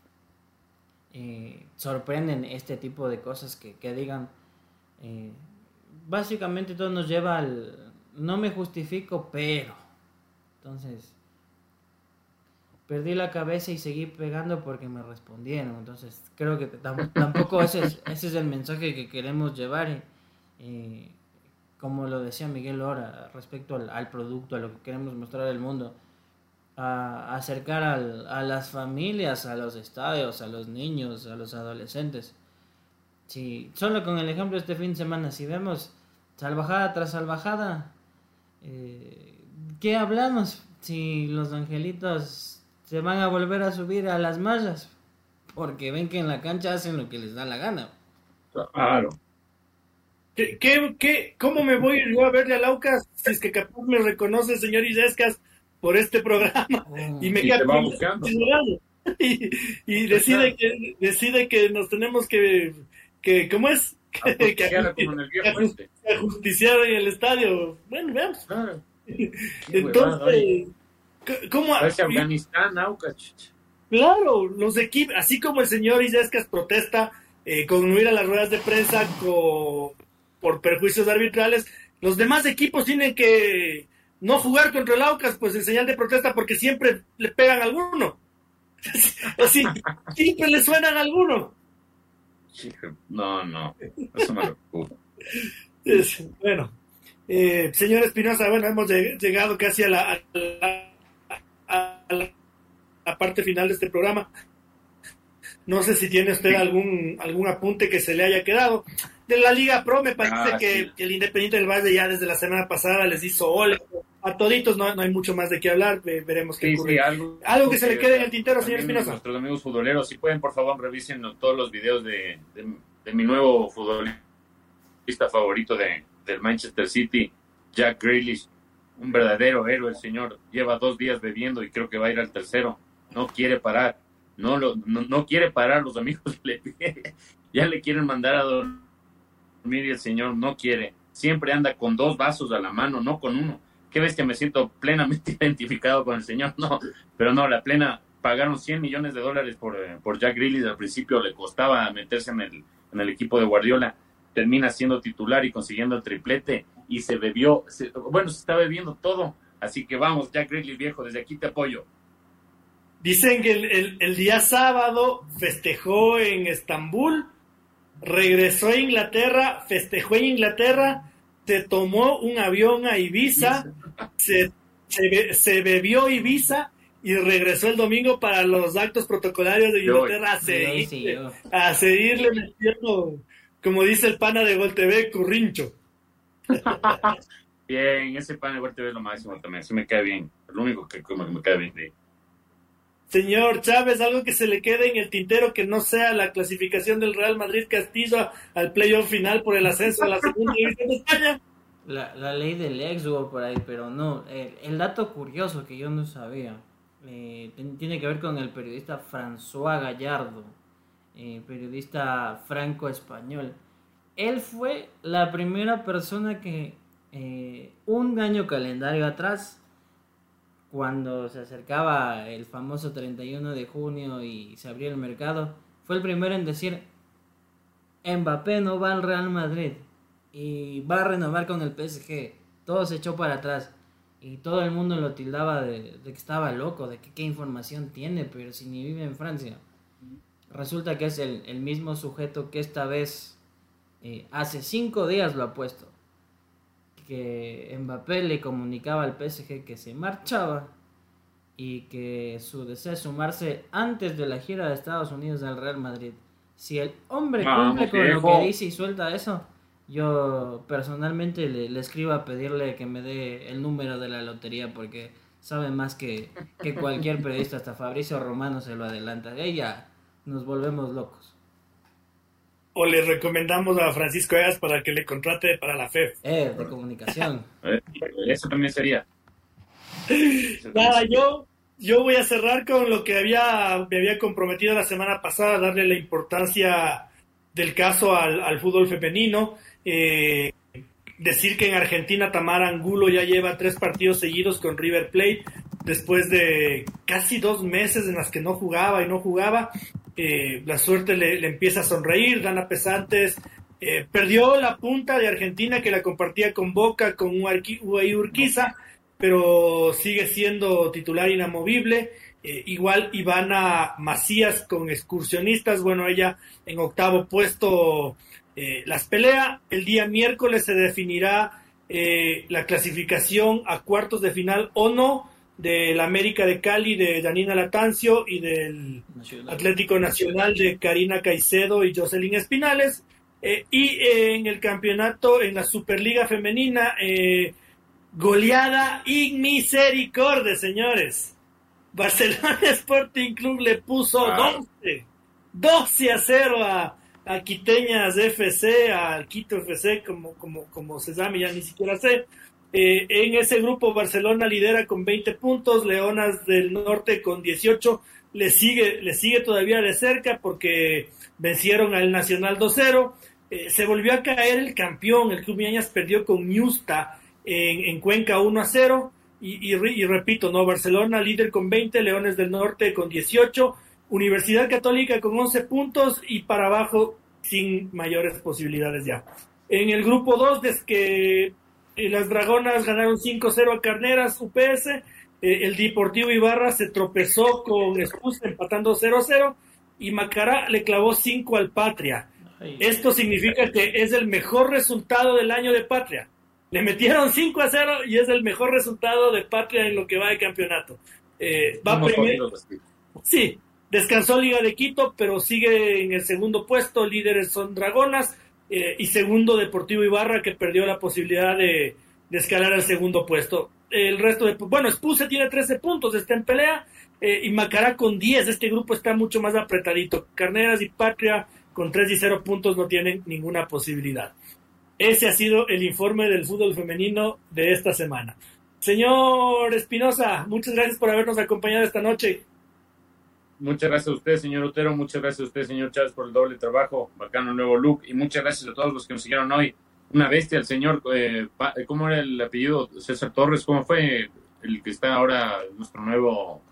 sorprenden este tipo de cosas que digan, básicamente todo nos lleva al no me justifico, pero entonces perdí la cabeza y seguí pegando porque me respondieron. Entonces creo que tampoco ese es el mensaje que queremos llevar, como lo decía Miguel Lora respecto al producto, a lo que queremos mostrar al mundo, a acercar a las familias a los estadios, a los niños, a los adolescentes. Sí, solo con el ejemplo de este fin de semana, si vemos salvajada tras salvajada, ¿qué hablamos? Si los angelitos se van a volver a subir a las mallas porque ven que en la cancha hacen lo que les da la gana. Claro. ¿Cómo me voy yo a verle a Laucas si es que capaz me reconoce el señor Illescas por este programa y me queda y decide que nos tenemos que ¿cómo es? Que justiciar en el estadio. Bueno, veamos. Claro. Entonces, ¿cómo? Parece Afganistán, Aucas. Claro, los equipos, así como el señor Illescas protesta con no ir a las ruedas de prensa por perjuicios arbitrales, los demás equipos tienen que no jugar contra el Aucas, pues en señal de protesta, porque siempre le pegan a alguno. Así, siempre le suenan a alguno. No, eso me lo Bueno, señor Espinosa, bueno, hemos llegado casi a la parte final de este programa. No sé si tiene usted algún apunte que se le haya quedado. De la Liga Pro me parece que el Independiente del Valle ya desde la semana pasada les hizo ole. A toditos no hay mucho más de qué hablar, veremos qué ocurre. Algo que se le quede en el tintero, señor Espinosa. Nuestros amigos futboleros, si pueden, por favor, revisen todos los videos de mi nuevo futbolista favorito del Manchester City, Jack Grealish, un verdadero héroe. El señor lleva 2 días bebiendo y creo que va a ir al tercero. No quiere parar. No quiere parar, los amigos ya le quieren mandar a dormir y el señor no quiere. Siempre anda con 2 vasos a la mano, no con uno. Qué bestia, me siento plenamente identificado con el señor. No, pero no, la plena, pagaron $100 millones por Jack Grealish. Al principio le costaba meterse en el equipo de Guardiola, termina siendo titular y consiguiendo el triplete y se está bebiendo todo. Así que vamos, Jack Grealish, viejo, desde aquí te apoyo. Dicen que el día sábado festejó en Estambul, regresó a Inglaterra, festejó en Inglaterra, se tomó un avión a Ibiza, se bebió Ibiza y regresó el domingo para los actos protocolarios de Inglaterra a seguirle metiendo, como dice el pana de Gol TV, currincho. Bien, ese pana de Gol TV es lo máximo también, sí me cae bien, es lo único que me cae bien. Sí. Señor Chávez, algo que se le quede en el tintero que no sea la clasificación del Real Madrid Castillo al playoff final por el ascenso a la segunda división de España. La ley del ex hubo por ahí, pero no. El dato curioso que yo no sabía tiene que ver con el periodista François Gallardo, periodista franco-español. Él fue la primera persona que un año calendario atrás, cuando se acercaba el famoso 31 de junio y se abrió el mercado, fue el primero en decir: Mbappé no va al Real Madrid y va a renovar con el PSG. Todo se echó para atrás. y todo el mundo lo tildaba de que estaba loco, de que qué información tiene, pero si ni vive en Francia. Resulta que es el mismo sujeto que esta vez, hace 5 días lo ha puesto, que Mbappé le comunicaba al PSG que se marchaba y que su deseo es sumarse antes de la gira de Estados Unidos al Real Madrid. Si el hombre cumple con lo que dice y suelta eso, yo personalmente le escribo a pedirle que me dé el número de la lotería, porque sabe más que cualquier periodista, hasta Fabricio Romano se lo adelanta. Ella nos volvemos locos. O le recomendamos a Francisco Egas para que le contrate para la FEF. De comunicación. Eso también sería. Nada, yo voy a cerrar con lo que me había comprometido la semana pasada, darle la importancia del caso al fútbol femenino. Decir que en Argentina Tamara Angulo ya lleva 3 partidos seguidos con River Plate, después de casi 2 meses en las que no jugaba. La suerte le empieza a sonreír. Dana Pesantes perdió la punta de Argentina, que la compartía con Boca, con UAI Urquiza, pero sigue siendo titular inamovible. Igual Ivana Macías con Excursionistas, bueno, ella en 8º puesto las pelea. El día miércoles se definirá la clasificación a cuartos de final o no del América de Cali de Janina Latancio y del Atlético Nacional de Karina Caicedo y Jocelyn Espinales. Y en el campeonato, en la Superliga Femenina, goleada y misericordia, señores. Barcelona Sporting Club le puso 12-0 a Quiteñas FC, al Quito FC, como se llama, ya ni siquiera sé. En ese grupo Barcelona lidera con 20 puntos, Leonas del Norte con 18, le sigue todavía de cerca porque vencieron al Nacional 2-0. Se volvió a caer el campeón, el Club Ñañas perdió con Ñusta en Cuenca 1-0. Y repito, ¿no? Barcelona líder con 20, Leones del Norte con 18, Universidad Católica con 11 puntos y para abajo sin mayores posibilidades ya. En el grupo 2, desde que las Dragonas ganaron 5-0 a Carneras UPS, el Deportivo Ibarra se tropezó con Espusa empatando 0-0 y Macará le clavó 5 al Patria. Esto significa que es el mejor resultado del año de Patria. Le metieron 5-0 y es el mejor resultado de Patria en lo que va de campeonato. Va primero. Sí, descansó Liga de Quito, pero sigue en el segundo puesto. Líderes son Dragonas y segundo Deportivo Ibarra, que perdió la posibilidad de escalar al segundo puesto. El resto Espuse tiene 13 puntos, está en pelea, y Macará con 10. Este grupo está mucho más apretadito. Carneras y Patria con 3 y 0 puntos no tienen ninguna posibilidad. Ese ha sido el informe del fútbol femenino de esta semana. Señor Espinosa, muchas gracias por habernos acompañado esta noche. Muchas gracias a usted, señor Otero. Muchas gracias a usted, señor Chávez, por el doble trabajo. Bacano nuevo look. Y muchas gracias a todos los que nos siguieron hoy. Una bestia, el señor, ¿cómo era el apellido? César Torres, ¿cómo fue el que está ahora nuestro nuevo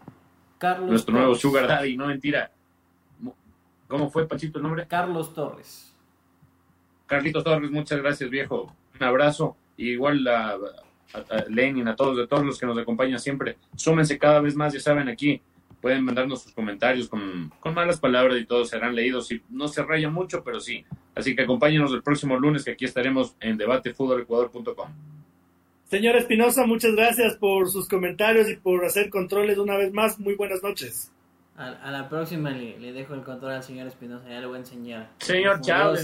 Sugar Daddy? No, mentira. ¿Cómo fue, Pachito, el nombre? Carlos Torres. Carlitos Torres, muchas gracias, viejo. Un abrazo. Y igual a Lenin, a todos los que nos acompañan siempre. Súmense cada vez más, ya saben, aquí pueden mandarnos sus comentarios con malas palabras y todos serán leídos. Y no se raya mucho, pero sí. Así que acompáñenos el próximo lunes, que aquí estaremos en debatefutbolecuador.com. Señor Espinosa, muchas gracias por sus comentarios y por hacer controles una vez más. Muy buenas noches. A la próxima le dejo el control al señor Espinosa, ya le voy a enseñar. Señor Chávez.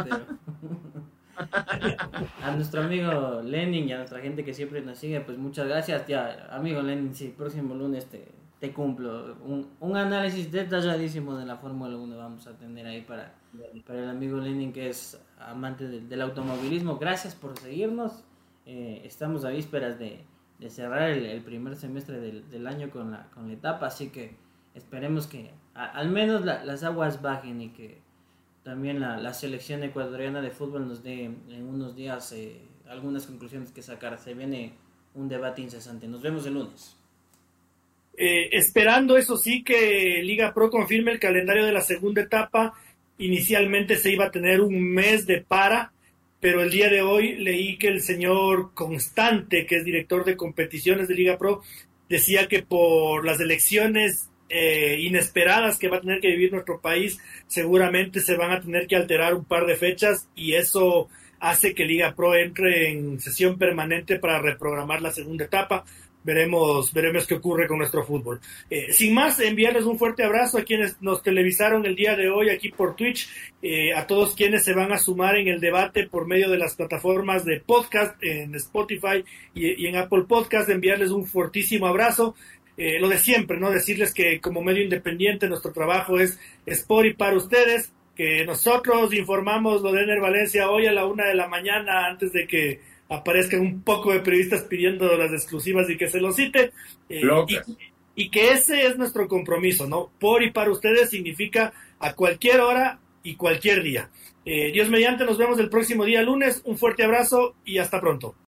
A nuestro amigo Lenin y a nuestra gente que siempre nos sigue, pues muchas gracias. Ya, amigo Lenin, sí, próximo lunes te cumplo. Un análisis detalladísimo de la Fórmula 1 vamos a tener ahí para el amigo Lenin, que es amante del automovilismo. Gracias por seguirnos. Estamos a vísperas de cerrar el primer semestre del año con la etapa, así que esperemos que al menos las aguas bajen y que también la selección ecuatoriana de fútbol nos dé en unos días algunas conclusiones que sacar. Se viene un debate incesante. Nos vemos el lunes. Esperando, eso sí, que Liga Pro confirme el calendario de la segunda etapa. Inicialmente se iba a tener un mes de para, pero el día de hoy leí que el señor Constante, que es director de competiciones de Liga Pro, decía que por las elecciones inesperadas que va a tener que vivir nuestro país, seguramente se van a tener que alterar un par de fechas y eso hace que Liga Pro entre en sesión permanente para reprogramar la segunda etapa. Veremos qué ocurre con nuestro fútbol. Sin más, enviarles un fuerte abrazo a quienes nos televisaron el día de hoy aquí por Twitch, a todos quienes se van a sumar en el debate por medio de las plataformas de podcast en Spotify y en Apple Podcast, enviarles un fortísimo abrazo. Lo de siempre, ¿no? Decirles que como medio independiente nuestro trabajo es por y para ustedes, que nosotros informamos lo de Ener Valencia hoy a la 1 de la mañana antes de que aparezcan un poco de periodistas pidiendo las exclusivas y que se los cite, y que ese es nuestro compromiso, ¿no? Por y para ustedes significa a cualquier hora y cualquier día. Dios mediante, nos vemos el próximo día lunes, un fuerte abrazo y hasta pronto.